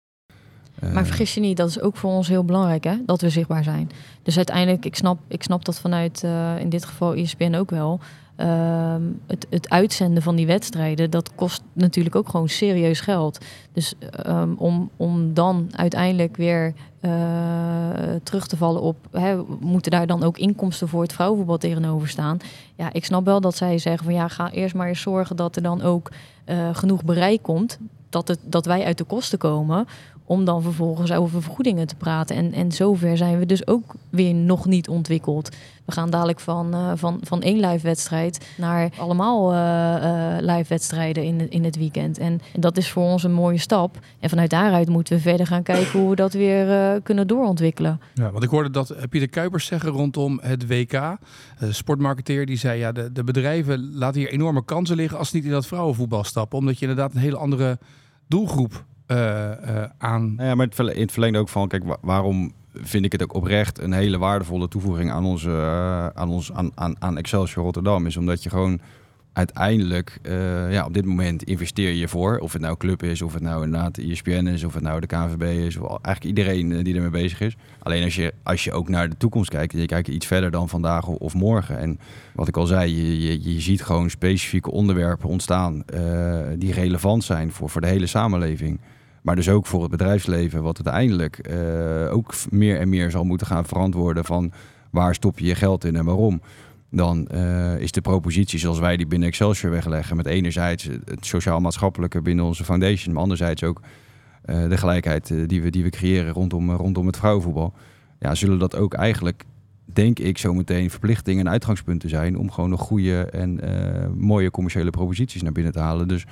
Uh, Maar vergis je niet, dat is ook voor ons heel belangrijk, hè? Dat we zichtbaar zijn. Dus uiteindelijk, ik snap, ik snap dat vanuit uh, in dit geval E S P N ook wel. Uh, het, het uitzenden van die wedstrijden, dat kost natuurlijk ook gewoon serieus geld. Dus um, om, om dan uiteindelijk weer uh, terug te vallen op... Hè, moeten daar dan ook inkomsten voor het vrouwenvoetbal tegenover staan? Ja, ik snap wel dat zij zeggen van ja, ga eerst maar eens zorgen dat er dan ook uh, genoeg bereik komt. Dat, het, dat wij uit de kosten komen, om dan vervolgens over vergoedingen te praten. En, en zover zijn we dus ook weer nog niet ontwikkeld. We gaan dadelijk van, uh, van, van één live wedstrijd naar allemaal uh, uh, live wedstrijden in, in het weekend. En, en dat is voor ons een mooie stap. En vanuit daaruit moeten we verder gaan kijken hoe we dat weer uh, kunnen doorontwikkelen. Ja, want ik hoorde dat Pieter Kuipers zeggen rondom het W K. De sportmarketeer die zei, ja, de, de bedrijven laten hier enorme kansen liggen als ze niet in dat vrouwenvoetbal stappen. Omdat je inderdaad een hele andere doelgroep Uh, uh, aan... Ja, maar in het verlengde ook van, kijk, waarom vind ik het ook oprecht een hele waardevolle toevoeging aan onze, uh, aan, ons, aan, aan, aan Excelsior Rotterdam, is omdat je gewoon uiteindelijk, uh, ja, op dit moment investeer je voor, of het nou club is, of het nou inderdaad E S P N is, of het nou de K N V B is, of eigenlijk iedereen uh, die ermee bezig is. Alleen als je, als je ook naar de toekomst kijkt, je kijkt iets verder dan vandaag of, of morgen. En wat ik al zei, je, je, je ziet gewoon specifieke onderwerpen ontstaan uh, die relevant zijn voor, voor de hele samenleving. Maar dus ook voor het bedrijfsleven, wat uiteindelijk uh, ook meer en meer zal moeten gaan verantwoorden van waar stop je je geld in en waarom. Dan uh, is de propositie zoals wij die binnen Excelsior wegleggen, met enerzijds het sociaal-maatschappelijke binnen onze foundation, maar anderzijds ook uh, de gelijkheid uh, die, we, die we creëren rondom, uh, rondom het vrouwenvoetbal. Ja, zullen dat ook eigenlijk, denk ik, zometeen verplichtingen en uitgangspunten zijn om gewoon nog goede en uh, mooie commerciële proposities naar binnen te halen. Dus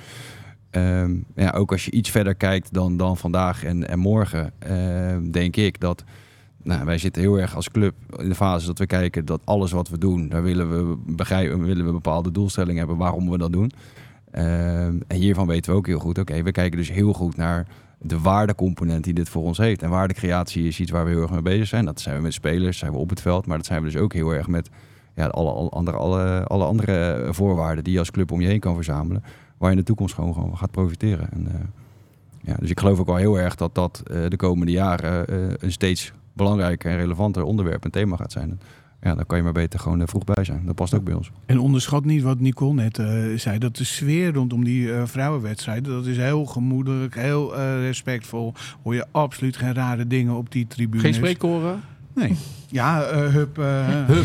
Um, ja, ook als je iets verder kijkt dan, dan vandaag en, en morgen, uh, denk ik dat nou, wij zitten heel erg als club in de fase dat we kijken dat alles wat we doen, daar willen we begrijpen, willen we bepaalde doelstellingen hebben waarom we dat doen. Uh, en hiervan weten we ook heel goed, oké, okay, we kijken dus heel goed naar de waardecomponent die dit voor ons heeft. En waardecreatie is iets waar we heel erg mee bezig zijn. Dat zijn we met spelers, zijn we op het veld, maar dat zijn we dus ook heel erg met ja, alle, alle, andere, alle, alle andere voorwaarden die je als club om je heen kan verzamelen, waar je in de toekomst gewoon, gewoon gaat profiteren. En, uh, ja, dus ik geloof ook wel heel erg dat dat uh, de komende jaren uh, een steeds belangrijker en relevanter onderwerp en thema gaat zijn. Ja, dan kan je maar beter gewoon uh, vroeg bij zijn. Dat past ook bij ons. En onderschat niet wat Nicole net uh, zei. Dat de sfeer rondom die uh, vrouwenwedstrijden, dat is heel gemoedelijk, heel uh, respectvol. Hoor je absoluut geen rare dingen op die tribunes. Geen spreekkoren? Nee. Ja, uh, hup, uh, hup,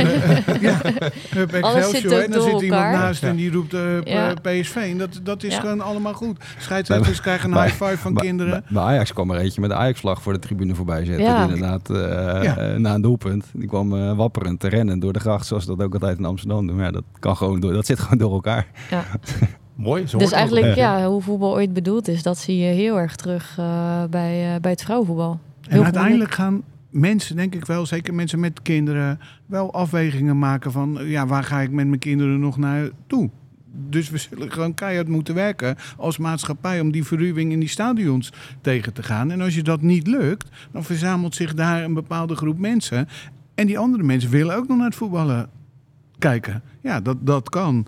uh, ja, hup Excelsior. En dan zit iemand naast ja. en die roept uh, ja. P S V. En dat, dat is ja. gewoon allemaal goed. Scheidsrechters krijgen een high five van bij, kinderen. Bij, bij Ajax kwam er eentje met de Ajax-vlag voor de tribune voorbij zetten. Ja. Die inderdaad uh, ja. uh, na een doelpunt. Die kwam uh, wapperend te rennen door de gracht, zoals dat ook altijd in Amsterdam doen. Maar ja, dat, kan gewoon door, dat zit gewoon door elkaar. Ja. Mooi. Zo dus eigenlijk, ja. ja, hoe voetbal ooit bedoeld is, dat zie je heel erg terug uh, bij, uh, bij het vrouwenvoetbal. Heel en uiteindelijk gaan mensen, denk ik wel, zeker mensen met kinderen, wel afwegingen maken van ja, waar ga ik met mijn kinderen nog naartoe? Dus we zullen gewoon keihard moeten werken als maatschappij om die verruwing in die stadions tegen te gaan. En als je dat niet lukt, dan verzamelt zich daar een bepaalde groep mensen. En die andere mensen willen ook nog naar het voetballen kijken. Ja, dat, dat kan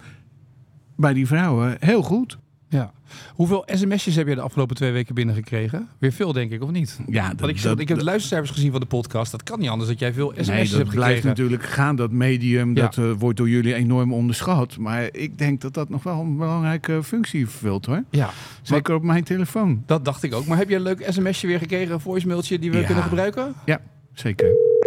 bij die vrouwen heel goed. Ja. Hoeveel sms'jes heb je de afgelopen twee weken binnengekregen? Weer veel, denk ik, of niet? Ja, dat, Want ik, dat, ik heb de luistercijfers gezien van de podcast. Dat kan niet anders dat jij veel sms'jes nee, hebt gekregen. dat blijft natuurlijk gaan, dat medium. Ja. Dat uh, wordt door jullie enorm onderschat. Maar ik denk dat dat nog wel een belangrijke functie vervult, hoor. Ja. Zeker maar, op mijn telefoon. Dat dacht ik ook. Maar heb je een leuk sms'je weer gekregen, een voicemailtje die we ja. kunnen gebruiken? Ja, zeker.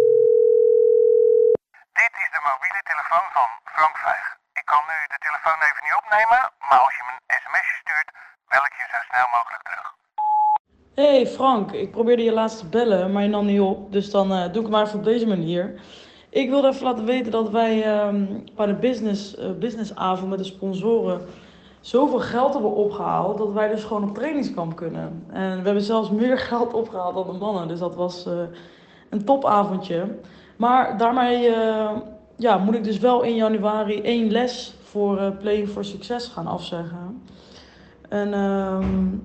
Dit is de mobiele telefoon van Frank Vijg. Ik kan nu de telefoon even niet opnemen, maar als je me een sms'je stuurt, bel ik je zo snel mogelijk terug. Hey Frank, ik probeerde je laatst te bellen, maar je nam niet op. Dus dan uh, doe ik het maar even op deze manier. Ik wilde even laten weten dat wij um, bij de business, uh, businessavond met de sponsoren zoveel geld hebben opgehaald dat wij dus gewoon op trainingskamp kunnen. En we hebben zelfs meer geld opgehaald dan de mannen. Dus dat was uh, een topavondje. Maar daarmee uh, ja, moet ik dus wel in januari één les voor uh, Playing for Success gaan afzeggen. En uh,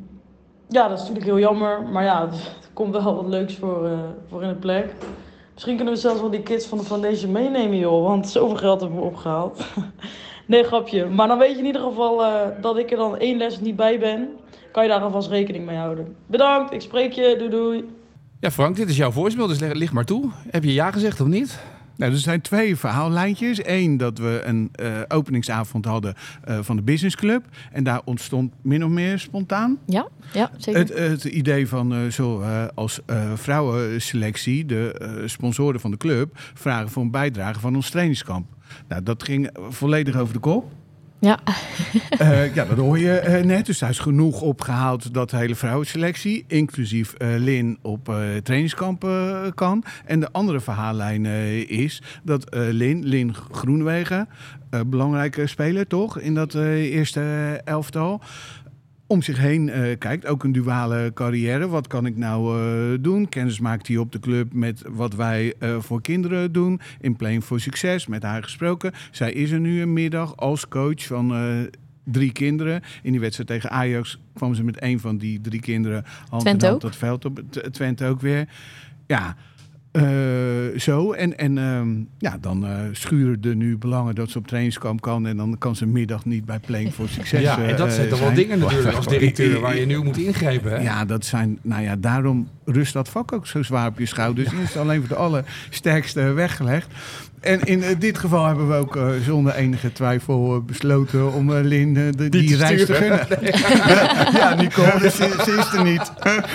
ja, dat is natuurlijk heel jammer. Maar ja, er komt wel wat leuks voor, uh, voor in de plek. Misschien kunnen we zelfs wel die kids van de foundation meenemen, joh. Want zoveel geld hebben we opgehaald. Nee, grapje. Maar dan weet je in ieder geval uh, dat ik er dan één les niet bij ben. Kan je daar alvast rekening mee houden. Bedankt, ik spreek je. Doei doei. Ja, Frank, dit is jouw voicemail, dus lig, lig maar toe. Heb je ja gezegd of niet? Nou, er zijn twee verhaallijntjes. Eén, dat we een uh, openingsavond hadden uh, van de Business Club. En daar ontstond min of meer spontaan. Ja, ja zeker. Het, het idee van uh, zo uh, als uh, vrouwenselectie, de uh, sponsoren van de club, vragen voor een bijdrage van ons trainingskamp. Nou, dat ging volledig over de kop. Ja. Uh, ja, dat hoor je uh, net. Dus daar is genoeg opgehaald dat de hele vrouwenselectie, inclusief uh, Lin, op uh, trainingskamp uh, kan. En de andere verhaallijn uh, is dat uh, Lin, Lin Groenewegen, uh, belangrijke speler toch in dat uh, eerste elftal, om zich heen uh, kijkt. Ook een duale carrière. Wat kan ik nou uh, doen? Kennis maakt hij op de club met wat wij uh, voor kinderen doen. In Playing for Success, met haar gesproken. Zij is er nu een middag als coach van uh, drie kinderen. In die wedstrijd tegen Ajax kwam ze met een van die drie kinderen hand Twente in hand ook. dat veld op. Twente ook weer. Ja, Uh, zo. En, en um, ja, dan uh, schuren er nu belangen dat ze op trainingskamp kan. En dan kan ze middag niet bij Playing for Success Ja, en dat uh, zijn toch wel zijn. dingen natuurlijk als directeur waar je nu moet ingrijpen. Hè? Ja, dat zijn, nou ja, daarom rust dat vak ook zo zwaar op je schouders. Ja. Het is alleen voor de allersterkste weggelegd. En in uh, dit geval hebben we ook uh, zonder enige twijfel uh, besloten om uh, Lin uh, de, die, die reis te gunnen. Nee. Ja, Nicole, dus ze, ze is er niet.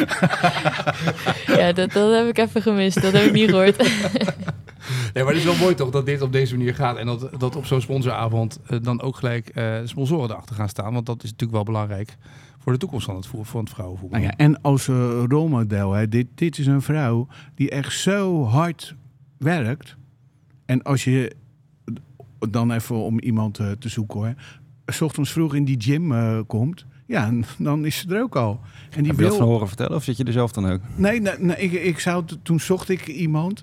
Ja, dat, dat heb ik even gemist. Dat heb ik niet gehoord. Nee, maar het is wel mooi toch dat dit op deze manier gaat. En dat, dat op zo'n sponsoravond uh, dan ook gelijk uh, sponsoren erachter gaan staan. Want dat is natuurlijk wel belangrijk voor de toekomst van het, voer, van het vrouwenvoetbal. Nou ja, en als uh, rolmodel, hè, dit, dit is een vrouw die echt zo hard werkt. En als je dan even om iemand uh, te zoeken hoor, 's ochtends vroeg in die gym uh, komt, ja, dan is ze er ook al. En die Heb je wil... dat van horen vertellen of zit je er zelf dan ook? Nee, nee, nee ik, ik zou t- toen zocht ik iemand.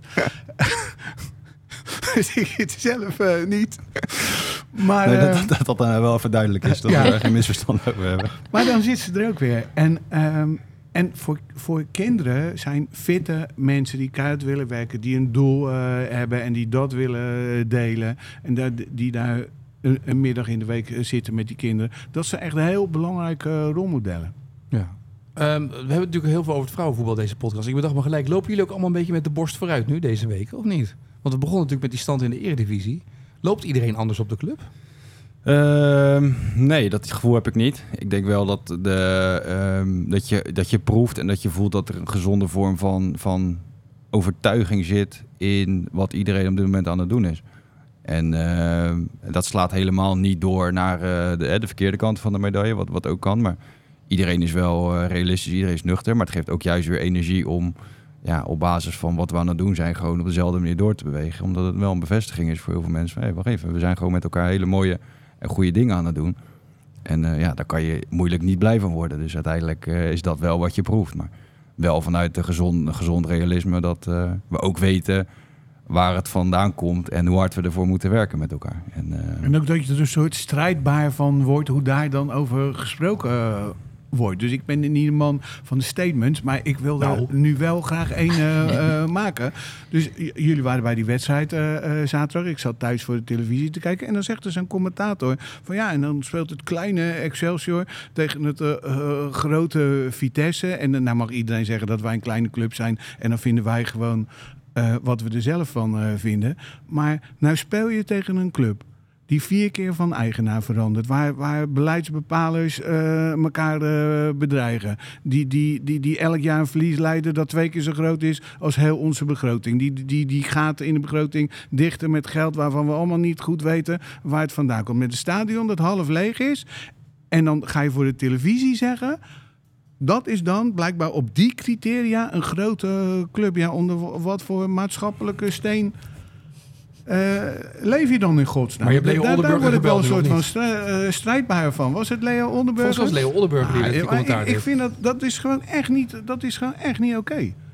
Dus ik het zelf uh, niet. Maar, nee, uh, dat, dat dat dan wel even duidelijk is, dat ja. we er geen misverstand over hebben. Maar dan zit ze er ook weer. En, um, en voor, voor kinderen zijn fitte mensen die keihard willen werken, die een doel uh, hebben en die dat willen delen. En dat, die daar een, een middag in de week zitten met die kinderen. Dat zijn echt heel belangrijke rolmodellen. Ja. Um, we hebben natuurlijk heel veel over het vrouwenvoetbal deze podcast. Ik bedacht maar gelijk, lopen jullie ook allemaal een beetje met de borst vooruit nu deze week, of niet? Want we begonnen natuurlijk met die stand in de Eredivisie. Loopt iedereen anders op de club? Uh, nee, dat gevoel heb ik niet. Ik denk wel dat, de, um, dat, je, dat je proeft en dat je voelt dat er een gezonde vorm van, van overtuiging zit in wat iedereen op dit moment aan het doen is. En uh, dat slaat helemaal niet door naar uh, de, de verkeerde kant van de medaille, wat, wat ook kan. Maar iedereen is wel uh, realistisch, iedereen is nuchter. Maar het geeft ook juist weer energie om ja, op basis van wat we aan het doen zijn, gewoon op dezelfde manier door te bewegen. Omdat het wel een bevestiging is voor heel veel mensen. Hé, hey, wacht even, we zijn gewoon met elkaar hele mooie en goede dingen aan het doen. En uh, ja, daar kan je moeilijk niet blij van worden. Dus uiteindelijk uh, is dat wel wat je proeft. Maar wel vanuit een gezond, gezond realisme dat uh, we ook weten waar het vandaan komt en hoe hard we ervoor moeten werken met elkaar. En, uh, en ook dat je er een soort strijdbaar van wordt, hoe daar dan over gesproken uh, wordt. Dus ik ben niet een man van de statements, maar ik wil nou. er nu wel graag één uh, uh, maken. Dus j- jullie waren bij die wedstrijd uh, uh, zaterdag. Ik zat thuis voor de televisie te kijken en dan zegt er zo'n commentator van ja, en dan speelt het kleine Excelsior tegen het uh, uh, grote Vitesse. En dan nou mag iedereen zeggen dat wij een kleine club zijn en dan vinden wij gewoon Uh, wat we er zelf van uh, vinden. Maar nou speel je tegen een club die vier keer van eigenaar verandert. Waar, waar beleidsbepalers uh, elkaar uh, bedreigen. Die, die, die, die elk jaar een verlies leiden dat twee keer zo groot is als heel onze begroting. Die, die, die gaten in de begroting dichten met geld waarvan we allemaal niet goed weten waar het vandaan komt. Met een stadion dat half leeg is. En dan ga je voor de televisie zeggen, dat is dan blijkbaar op die criteria een grote club. Ja, onder wat voor maatschappelijke steen Uh, leef je dan in godsnaam? Maar je hebt Leo daar, Oldenburger daar word ik wel een gebeld, soort of van stra- uh, strijdbaar van. Was het Leo Oldenburger? Volgens mij was Leo Oldenburger die Ah, die maar commentaar ik, deed. ik vind dat, dat is gewoon echt niet, dat is gewoon echt niet oké. Okay.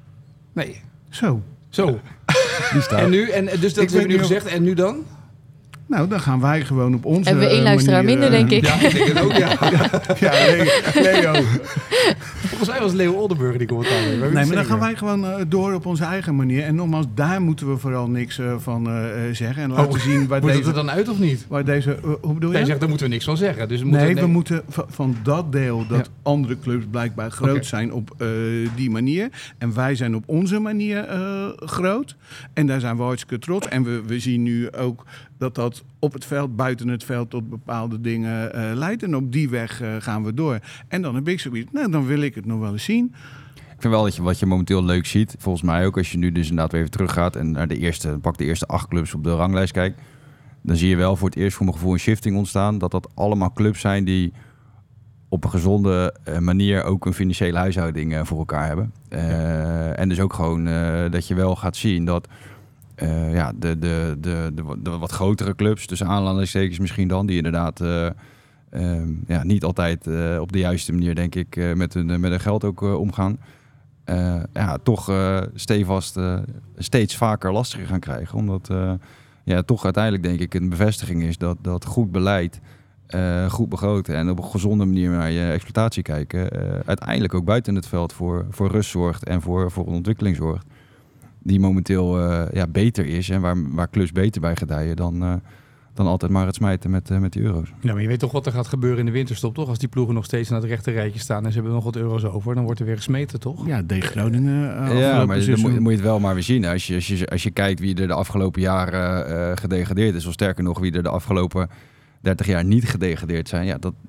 Nee. Zo. Zo. Die staat. En nu, en, dus dat Ik hebben we weet nu niet gezegd. En nu dan? Nou, dan gaan wij gewoon op onze Hebben we één luisteraar manier, minder, uh, denk ik. Ja, ik denk het ook, ja. Ja, Leo. Leo. Volgens mij was Leo Oldenburger die commentaar deed. Nee, maar dan gaan wij gewoon uh, door op onze eigen manier. En nogmaals, daar moeten we vooral niks uh, van uh, zeggen. En laten Oh, zien waar moet deze... het er dan uit of niet? Waar deze uh, hoe bedoel je? Jij zegt, daar moeten we niks van zeggen. Dus we moeten, nee, nee, we moeten van, van dat deel dat Ja. andere clubs blijkbaar groot Oké. zijn op uh, die manier. En wij zijn op onze manier uh, groot. En daar zijn we hartstikke trots. En we, we zien nu ook dat dat op het veld, buiten het veld, tot bepaalde dingen uh, leidt. En op die weg uh, gaan we door. En dan heb ik zoiets, nou, dan wil ik het nog wel eens zien. Ik vind wel dat je wat je momenteel leuk ziet. Volgens mij ook als je nu dus inderdaad weer even teruggaat en naar de eerste, pak de eerste acht clubs op de ranglijst kijkt. Dan zie je wel voor het eerst voor mijn gevoel een shifting ontstaan. Dat dat allemaal clubs zijn die op een gezonde uh, manier ook een financiële huishouding uh, voor elkaar hebben. Uh, ja. En dus ook gewoon uh, dat je wel gaat zien dat uh, ja, de, de, de, de, de wat grotere clubs, tussen aanhalingstekens misschien dan, die inderdaad uh, uh, ja, niet altijd uh, op de juiste manier, denk ik, uh, met, hun, met hun geld ook uh, omgaan. Uh, ja, toch uh, stevast uh, steeds vaker lastiger gaan krijgen. Omdat uh, ja, toch uiteindelijk denk ik een bevestiging is dat, dat goed beleid, uh, goed begroten en op een gezonde manier naar je exploitatie kijken, uh, uiteindelijk ook buiten het veld voor, voor rust zorgt en voor, voor een ontwikkeling zorgt. Die momenteel uh, ja, beter is en waar, waar clubs beter bij gedijen dan, uh, dan altijd maar het smijten met, uh, met die euro's. Ja, maar je weet toch wat er gaat gebeuren in de winterstop, toch? Als die ploegen nog steeds naar het rechte rijtje staan en ze hebben nog wat euro's over, dan wordt er weer gesmeten, toch? Ja, de Groningen. Uh, ja, maar dan moet, dan moet je het wel maar weer zien. Als je, als je, als je kijkt wie er de afgelopen jaren uh, gedegradeerd is, of sterker nog, wie er de afgelopen dertig jaar niet gedegradeerd zijn, ja, dat,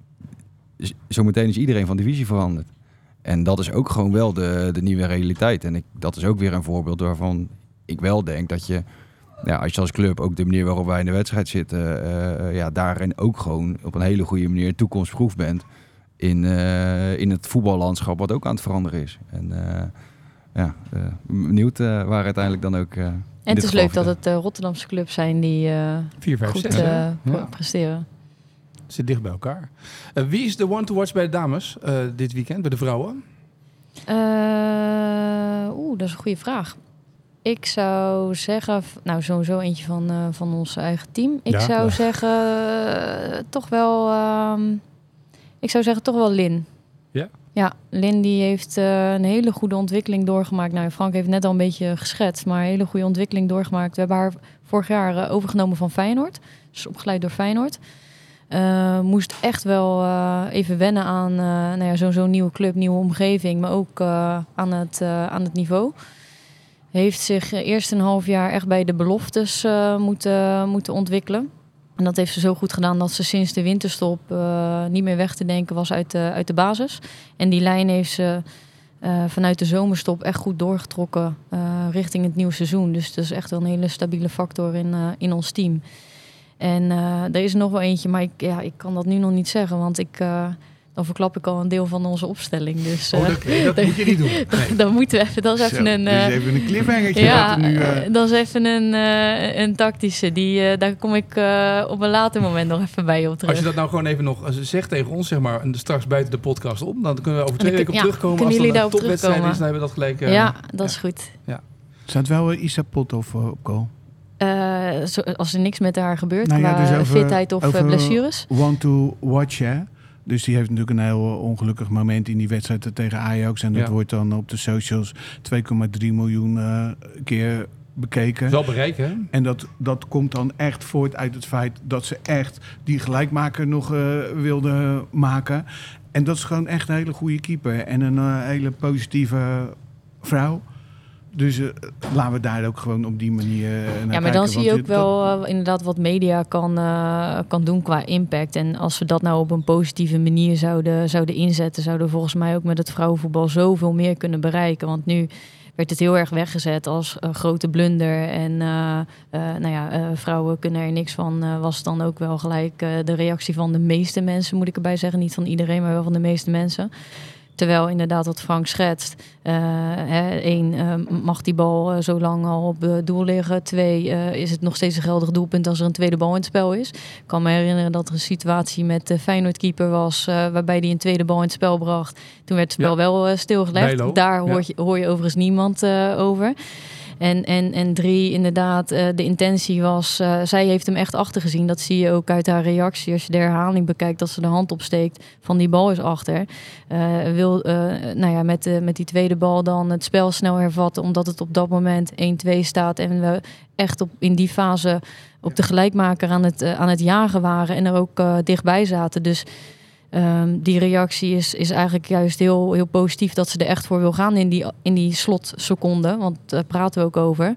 zometeen is iedereen van divisie veranderd. En dat is ook gewoon wel de, de nieuwe realiteit. En ik, dat is ook weer een voorbeeld waarvan ik wel denk dat je, ja, als je als club ook de manier waarop wij in de wedstrijd zitten, uh, ja, daarin ook gewoon op een hele goede manier toekomstproef bent in, uh, in het voetballandschap wat ook aan het veranderen is. En uh, ja, uh, benieuwd uh, waar uiteindelijk dan ook... Uh, en het is leuk dat het uh, Rotterdamse clubs zijn die uh, vier, vijf, goed zes, uh, ja. presteren. Zit dicht bij elkaar. Uh, wie is de one to watch bij de dames uh, dit weekend, bij de vrouwen? Uh, Oeh, dat is een goede vraag. Ik zou zeggen, nou sowieso eentje van, uh, van ons eigen team. Ik ja, zou ja. zeggen, uh, toch wel, um, ik zou zeggen toch wel Lin. Ja? Ja, Lin die heeft uh, een hele goede ontwikkeling doorgemaakt. Nou, Frank heeft net al een beetje geschetst, maar een hele goede ontwikkeling doorgemaakt. We hebben haar vorig jaar uh, overgenomen van Feyenoord. Dus opgeleid door Feyenoord. Uh, moest echt wel uh, even wennen aan uh, nou ja, zo'n zo'n nieuwe club, nieuwe omgeving, maar ook uh, aan, het, uh, aan het niveau. Heeft zich eerst een half jaar echt bij de beloftes uh, moeten, moeten ontwikkelen. En dat heeft ze zo goed gedaan dat ze sinds de winterstop uh, niet meer weg te denken was uit de, uit de basis. En die lijn heeft ze uh, vanuit de zomerstop echt goed doorgetrokken uh, richting het nieuwe seizoen. Dus dat is echt wel een hele stabiele factor in, uh, in ons team. En uh, er is nog wel eentje, maar ik, ja, ik kan dat nu nog niet zeggen, want ik, uh, dan verklap ik al een deel van onze opstelling. Dus, uh, oh, dat, nee, dat moet je niet doen. Nee. Dan moeten we even, dat is even Zo, een... dus Uh, even een cliffhangertje. ja, nu, uh... dat is even een, uh, een tactische. Die, uh, daar kom ik uh, op een later moment nog even bij op terug. Als je dat nou gewoon even nog zegt tegen ons, zeg maar, straks buiten de podcast op, dan kunnen we over twee dan, weken op ja, terugkomen. Als jullie dat een daarop topwedstrijd is, terugkomen. dan hebben we dat gelijk... Uh, ja, dat is ja. goed. Ja. Staat wel uh, Isa Pothoff uh, op goal? Uh, zo, als er niks met haar gebeurt, nou ja, qua dus over, fitheid of over blessures. One to watch, hè? Dus die heeft natuurlijk een heel ongelukkig moment in die wedstrijd tegen Ajax. En dat ja. wordt dan op de socials twee komma drie miljoen uh, keer bekeken. Wel bereiken, hè? En dat, dat komt dan echt voort uit het feit dat ze echt die gelijkmaker nog uh, wilde maken. En dat is gewoon echt een hele goede keeper. En een uh, hele positieve vrouw. Dus uh, laten we daar ook gewoon op die manier uh, naar kijken. Ja, maar dan zie je ook dat, wel uh, inderdaad wat media kan, uh, kan doen qua impact. En als we dat nou op een positieve manier zouden, zouden inzetten, zouden we volgens mij ook met het vrouwenvoetbal zoveel meer kunnen bereiken. Want nu werd het heel erg weggezet als uh, grote blunder. En uh, uh, nou ja, uh, vrouwen kunnen er niks van. Uh, was dan ook wel gelijk uh, de reactie van de meeste mensen, moet ik erbij zeggen. Niet van iedereen, maar wel van de meeste mensen. Terwijl inderdaad wat Frank schetst. Uh, hè, één, uh, mag die bal uh, zo lang al op uh, doel liggen. Twee, uh, is het nog steeds een geldig doelpunt als er een tweede bal in het spel is. Ik kan me herinneren dat er een situatie met de Feyenoord-keeper was... Uh, waarbij hij een tweede bal in het spel bracht. Toen werd het spel ja. wel uh, stilgelegd. Bijlo. Daar hoor, ja. je, hoor je overigens niemand uh, over. En, en, en drie, inderdaad, uh, de intentie was... Uh, zij heeft hem echt achtergezien. Dat zie je ook uit haar reactie. Als je de herhaling bekijkt, dat ze de hand opsteekt... van die bal is achter. Uh, wil uh, nou ja, met, uh, met die tweede bal dan het spel snel hervatten... omdat het op dat moment één twee staat... en we echt op, in die fase op de gelijkmaker aan het, uh, aan het jagen waren... en er ook uh, dichtbij zaten. Dus... Um, die reactie is, is eigenlijk juist heel, heel positief dat ze er echt voor wil gaan in die, in die slotseconden. Want daar praten we ook over.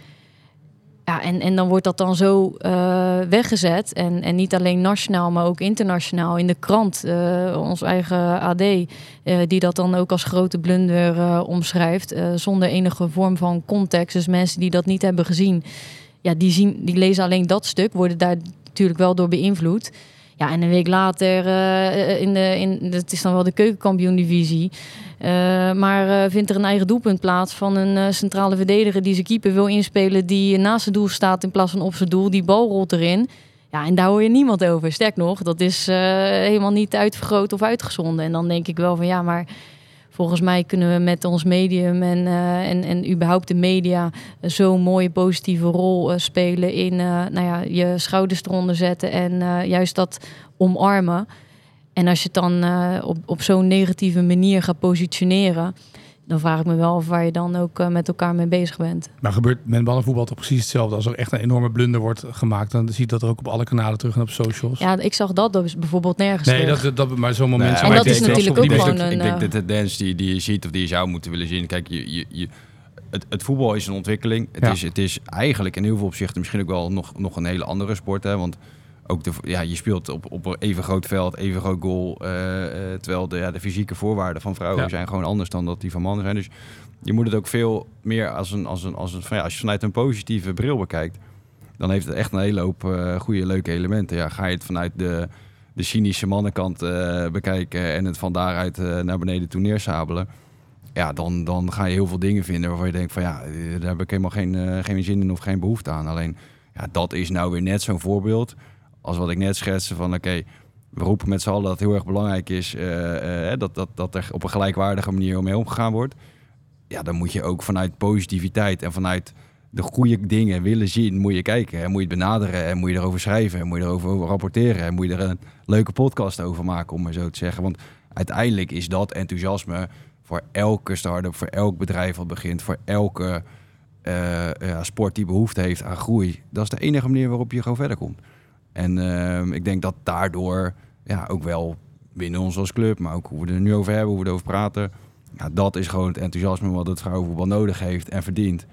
Ja, en, en dan wordt dat dan zo uh, weggezet. En, en niet alleen nationaal, maar ook internationaal. In de krant, uh, ons eigen A D, uh, die dat dan ook als grote blunder uh, omschrijft. Uh, zonder enige vorm van context. Dus mensen die dat niet hebben gezien, ja, die, zien, die lezen alleen dat stuk. Worden daar natuurlijk wel door beïnvloed. Ja, en een week later, uh, in de, in, dat is dan wel de keukenkampioen-divisie... Uh, maar uh, vindt er een eigen doelpunt plaats van een uh, centrale verdediger... die zijn keeper wil inspelen, die naast het doel staat in plaats van op zijn doel. Die bal rolt erin. Ja, en daar hoor je niemand over. Sterk nog, dat is uh, helemaal niet uitvergroot of uitgezonden. En dan denk ik wel van ja, maar... Volgens mij kunnen we met ons medium en, uh, en, en überhaupt de media zo'n mooie positieve rol uh, spelen in uh, nou ja, je schouders eronder zetten en uh, juist dat omarmen. En als je het dan uh, op, op zo'n negatieve manier gaat positioneren, dan vraag ik me wel of waar je dan ook uh, met elkaar mee bezig bent. Maar gebeurt met ballenvoetbal toch precies hetzelfde? Als er echt een enorme blunder wordt gemaakt, dan zie je dat er ook op alle kanalen terug en op socials. Ja, ik zag dat dus bijvoorbeeld nergens Nee, terug. dat, dat, maar zo'n moment... Nee, en maar dat ik is denk- natuurlijk ik ook denk- gewoon een... Ik denk uh, dat de tendens die, die je ziet of die je zou moeten willen zien... Kijk, je, je, je, het, het voetbal is een ontwikkeling. Het, Ja. is, het is eigenlijk in heel veel opzichten misschien ook wel nog, nog een hele andere sport. Hè? Want ook de, ja, je speelt op, op een even groot veld, even groot goal. Uh, uh, terwijl de, ja, de fysieke voorwaarden van vrouwen Ja. zijn gewoon anders dan dat die van mannen zijn. Dus je moet het ook veel meer als een, als een, als een van, ja, als je vanuit een positieve bril bekijkt, dan heeft het echt een hele hoop uh, goede, leuke elementen. Ja, ga je het vanuit de, de cynische mannenkant uh, bekijken en het van daaruit uh, naar beneden toe neersabelen, ja, dan, dan ga je heel veel dingen vinden waarvan je denkt van ja, daar heb ik helemaal geen, uh, geen zin in of geen behoefte aan. Alleen, ja, dat is nou weer net zo'n voorbeeld als wat ik net schetste van oké, okay, we roepen met z'n allen dat het heel erg belangrijk is uh, uh, dat, dat, dat er op een gelijkwaardige manier mee omgegaan wordt. Ja, dan moet je ook vanuit positiviteit en vanuit de goede dingen willen zien, moet je kijken. En moet je het benaderen en moet je erover schrijven en moet je erover over rapporteren en moet je er een leuke podcast over maken, om maar zo te zeggen. Want uiteindelijk is dat enthousiasme voor elke start-up, voor elk bedrijf wat begint, voor elke uh, ja, sport die behoefte heeft aan groei. Dat is de enige manier waarop je gewoon verder komt. En uh, ik denk dat daardoor ja, ook wel binnen ons als club, maar ook hoe we er nu over hebben, hoe we erover praten, ja, dat is gewoon het enthousiasme wat het vrouwenvoetbal nodig heeft en verdient.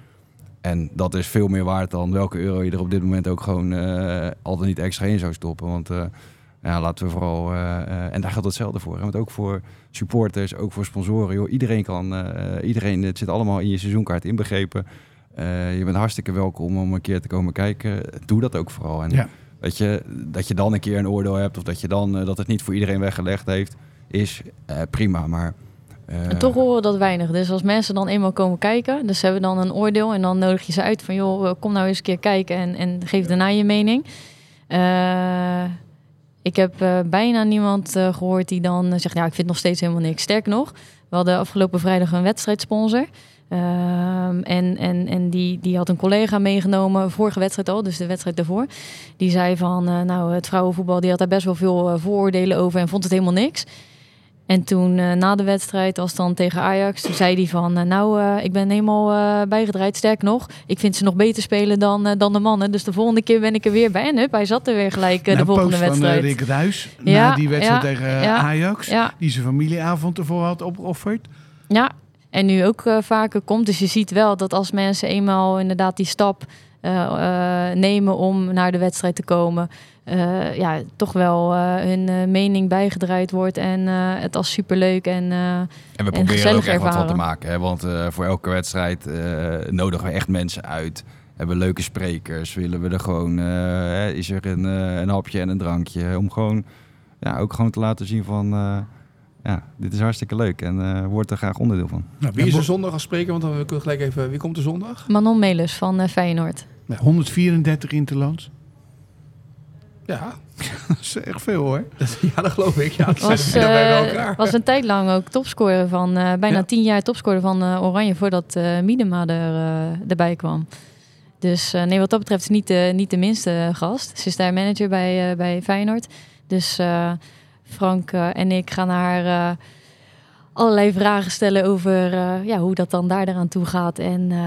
En dat is veel meer waard dan welke euro je er op dit moment ook gewoon uh, altijd niet extra in zou stoppen. Want uh, ja, laten we vooral... Uh, uh, en daar geldt hetzelfde voor. Hè? Want ook voor supporters, ook voor sponsoren. Joh, iedereen kan... Uh, iedereen, het zit allemaal in je seizoenkaart inbegrepen. Uh, je bent hartstikke welkom om een keer te komen kijken. Doe dat ook vooral. En Ja. weet je, dat je dan een keer een oordeel hebt of dat je dan uh, dat het niet voor iedereen weggelegd heeft, is uh, prima. Maar Uh, En toch horen we dat weinig. Dus als mensen dan eenmaal komen kijken, dus ze hebben dan een oordeel en dan nodig je ze uit van joh, kom nou eens een keer kijken en, en geef daarna je mening. Uh, ik heb uh, bijna niemand uh, gehoord die dan uh, zegt, ja, ik vind nog steeds helemaal niks. Sterker nog, we hadden afgelopen vrijdag een wedstrijdsponsor. Uh, en en, en die, die had een collega meegenomen, vorige wedstrijd al, dus de wedstrijd daarvoor. Die zei van, uh, nou, het vrouwenvoetbal, die had daar best wel veel uh, vooroordelen over en vond het helemaal niks. En toen uh, na de wedstrijd, als dan tegen Ajax, toen zei hij van, uh, nou, uh, ik ben helemaal uh, bijgedraaid. Sterk nog, ik vind ze nog beter spelen dan, uh, dan de mannen. Dus de volgende keer ben ik er weer bij. En hup, hij zat er weer gelijk uh, nou, de volgende post wedstrijd. van uh, Rick Ruijs, Ja, na die wedstrijd ja, tegen uh, ja, Ajax, ja. die zijn familieavond ervoor had opgeofferd. Ja, en nu ook uh, vaker komt. Dus je ziet wel dat als mensen eenmaal inderdaad die stap uh, uh, nemen om naar de wedstrijd te komen, Uh, ja, toch wel uh, hun uh, mening bijgedraaid wordt en uh, het als superleuk en uh, En we en proberen er ook echt wat ervaren. van te maken. Hè? Want uh, voor elke wedstrijd uh, nodigen we echt mensen uit. Hebben we leuke sprekers. Willen we er gewoon... Uh, is er een, uh, een hapje en een drankje. Om gewoon... Ja, ook gewoon te laten zien van... Uh, ja, dit is hartstikke leuk en uh, wordt er graag onderdeel van. Nou, wie is er zondag als spreker? Want dan kunnen we gelijk even... Wie komt er zondag? Manon Melis van uh, Feyenoord. Ja. honderdvierendertig interlands. Ja. Dat is echt veel hoor. Ja, dat geloof ik. Ja, dat was, zijn bij uh, elkaar. was een tijd lang ook topscorer van... Uh, bijna ja. tien jaar topscorer van uh, Oranje voordat uh, Miedema er, uh, erbij kwam. Dus uh, nee, wat dat betreft is niet de, niet de minste gast. Ze is daar manager bij, uh, bij Feyenoord. Dus uh, Frank uh, en ik gaan haar uh, allerlei vragen stellen over uh, ja, hoe dat dan daar eraan toe gaat. En uh,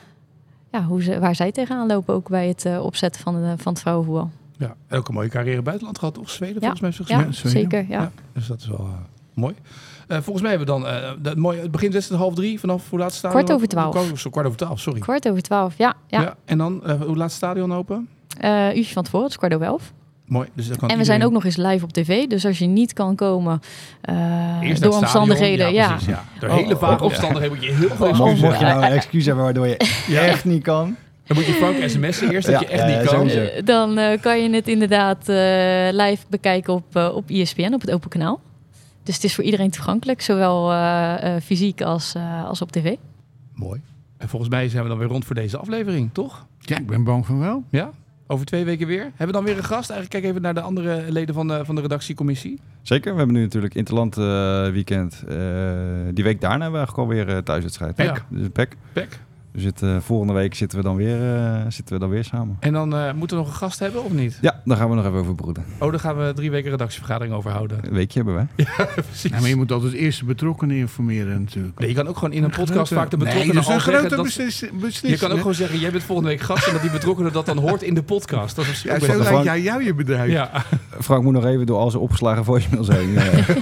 ja, hoe ze, waar zij tegenaan lopen ook bij het uh, opzetten van, de, van het vrouwenvoetbal. Ja, en ook een mooie carrière buitenland gehad, toch? Zweden, ja. volgens mij. Ja, ja zeker. Ja. Ja, dus dat is wel uh, mooi. Uh, volgens mij hebben we dan... Uh, dat mooie, het begint wedstrijd half drie, vanaf hoe laat stadion? Kwart over twaalf. Kwart, kwart over twaalf, sorry. Kwart over twaalf, ja. ja. ja en dan, uh, hoe laat het stadion open? Uh, uurtje van tevoren, het is kwart over elf. Mooi. Dus dan kan en we iedereen... zijn ook nog eens live op tv. Dus als je niet kan komen uh, door omstandigheden. Ja, ja. ja. Door oh, hele vage oh, omstandigheden moet je heel veel excuus Mocht je nou een excuus hebben waardoor je ja. echt niet kan... Dan moet je Frank sms'en eerst dat ja, je echt ja, niet kan. Uh, dan uh, kan je het inderdaad uh, live bekijken op, uh, op E S P N, op het open kanaal. Dus het is voor iedereen toegankelijk. Zowel uh, uh, fysiek als, uh, als op tv. Mooi. En volgens mij zijn we dan weer rond voor deze aflevering, toch? Ja, ik ben bang van wel. Ja? Over twee weken weer. Hebben we dan weer een gast? Eigenlijk kijk even naar de andere leden van de, van de redactiecommissie. Zeker. We hebben nu natuurlijk Interland uh, weekend. Uh, die week daarna hebben we eigenlijk alweer uh, thuiswedstrijd. Pek. Ja. Dus Pek. Pek. Dus het, uh, volgende week zitten we dan weer, uh, zitten we dan weer samen. En dan uh, moeten we nog een gast hebben of niet? Ja, daar gaan we nog even over broeden. Oh, daar gaan we drie weken redactievergadering over houden. Een weekje hebben we. Ja, precies. Ja, maar je moet altijd eerst de betrokkenen informeren natuurlijk. Nee, je kan ook gewoon in een podcast grote... vaak de betrokkenen nee, al zeggen... Dat... Beslis... Je kan ook gewoon zeggen, jij bent volgende week gast... en dat die betrokkenen dat dan hoort in de podcast. Dat is ja, zo lijkt Frank... jij jou je bedrijf. Ja. Frank moet nog even door al zijn opgeslagen voicemails heen.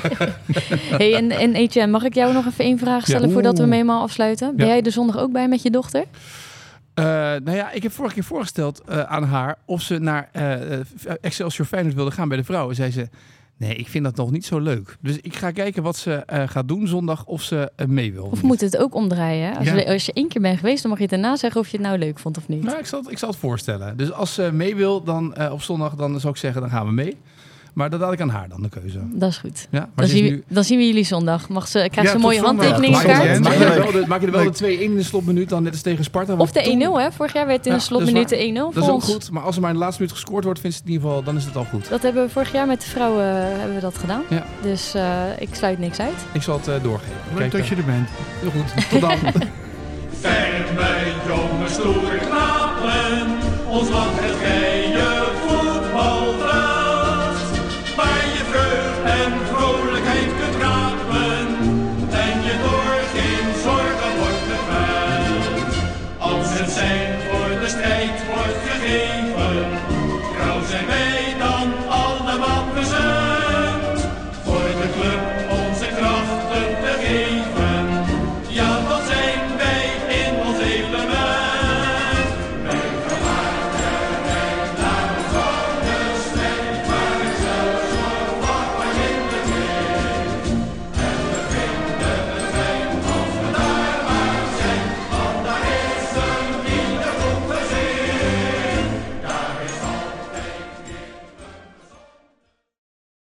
Hey, en, en Etienne, mag ik jou nog even één vraag stellen... Ja. voordat we hem eenmaal afsluiten? Ben ja. jij de zondag ook bij met je dochter? Uh, nou ja, ik heb vorige keer voorgesteld uh, aan haar of ze naar uh, Excelsior Feyenoord wilde gaan bij de vrouwen. Zei ze, nee, ik vind dat nog niet zo leuk. Dus ik ga kijken wat ze uh, gaat doen zondag, of ze uh, mee wil. Of, of moet het ook omdraaien? Als, ja. we, als je één keer bent geweest, dan mag je daarna zeggen of je het nou leuk vond of niet. Nou, ik zal het, ik zal het voorstellen. Dus als ze mee wil dan, uh, op zondag, dan zou ik zeggen, dan gaan we mee. Maar dat laat ik aan haar dan de keuze. Dat is goed. Ja, maar dan, zien we, nu... dan zien we jullie zondag. Mag ze, krijgt ja, ze een mooie handtekeningenkaart? Ja, maak je er wel de, maak je er wel de twee-één in de slotminuut, dan net als tegen Sparta. Of de één nul, hè? Vorig jaar werd het in ja, de slotminuut de één nul. Dat is ook goed. Maar als er maar in de laatste minuut gescoord wordt, vindt ze het in ieder geval, dan is het al goed. Dat hebben we vorig jaar met de vrouwen uh, hebben we dat gedaan. Ja. Dus uh, ik sluit niks uit. Ik zal het uh, doorgeven. Leuk dat je er bent. Heel goed. Tot dan. Sterren wij jonge stoere knapen, ons land het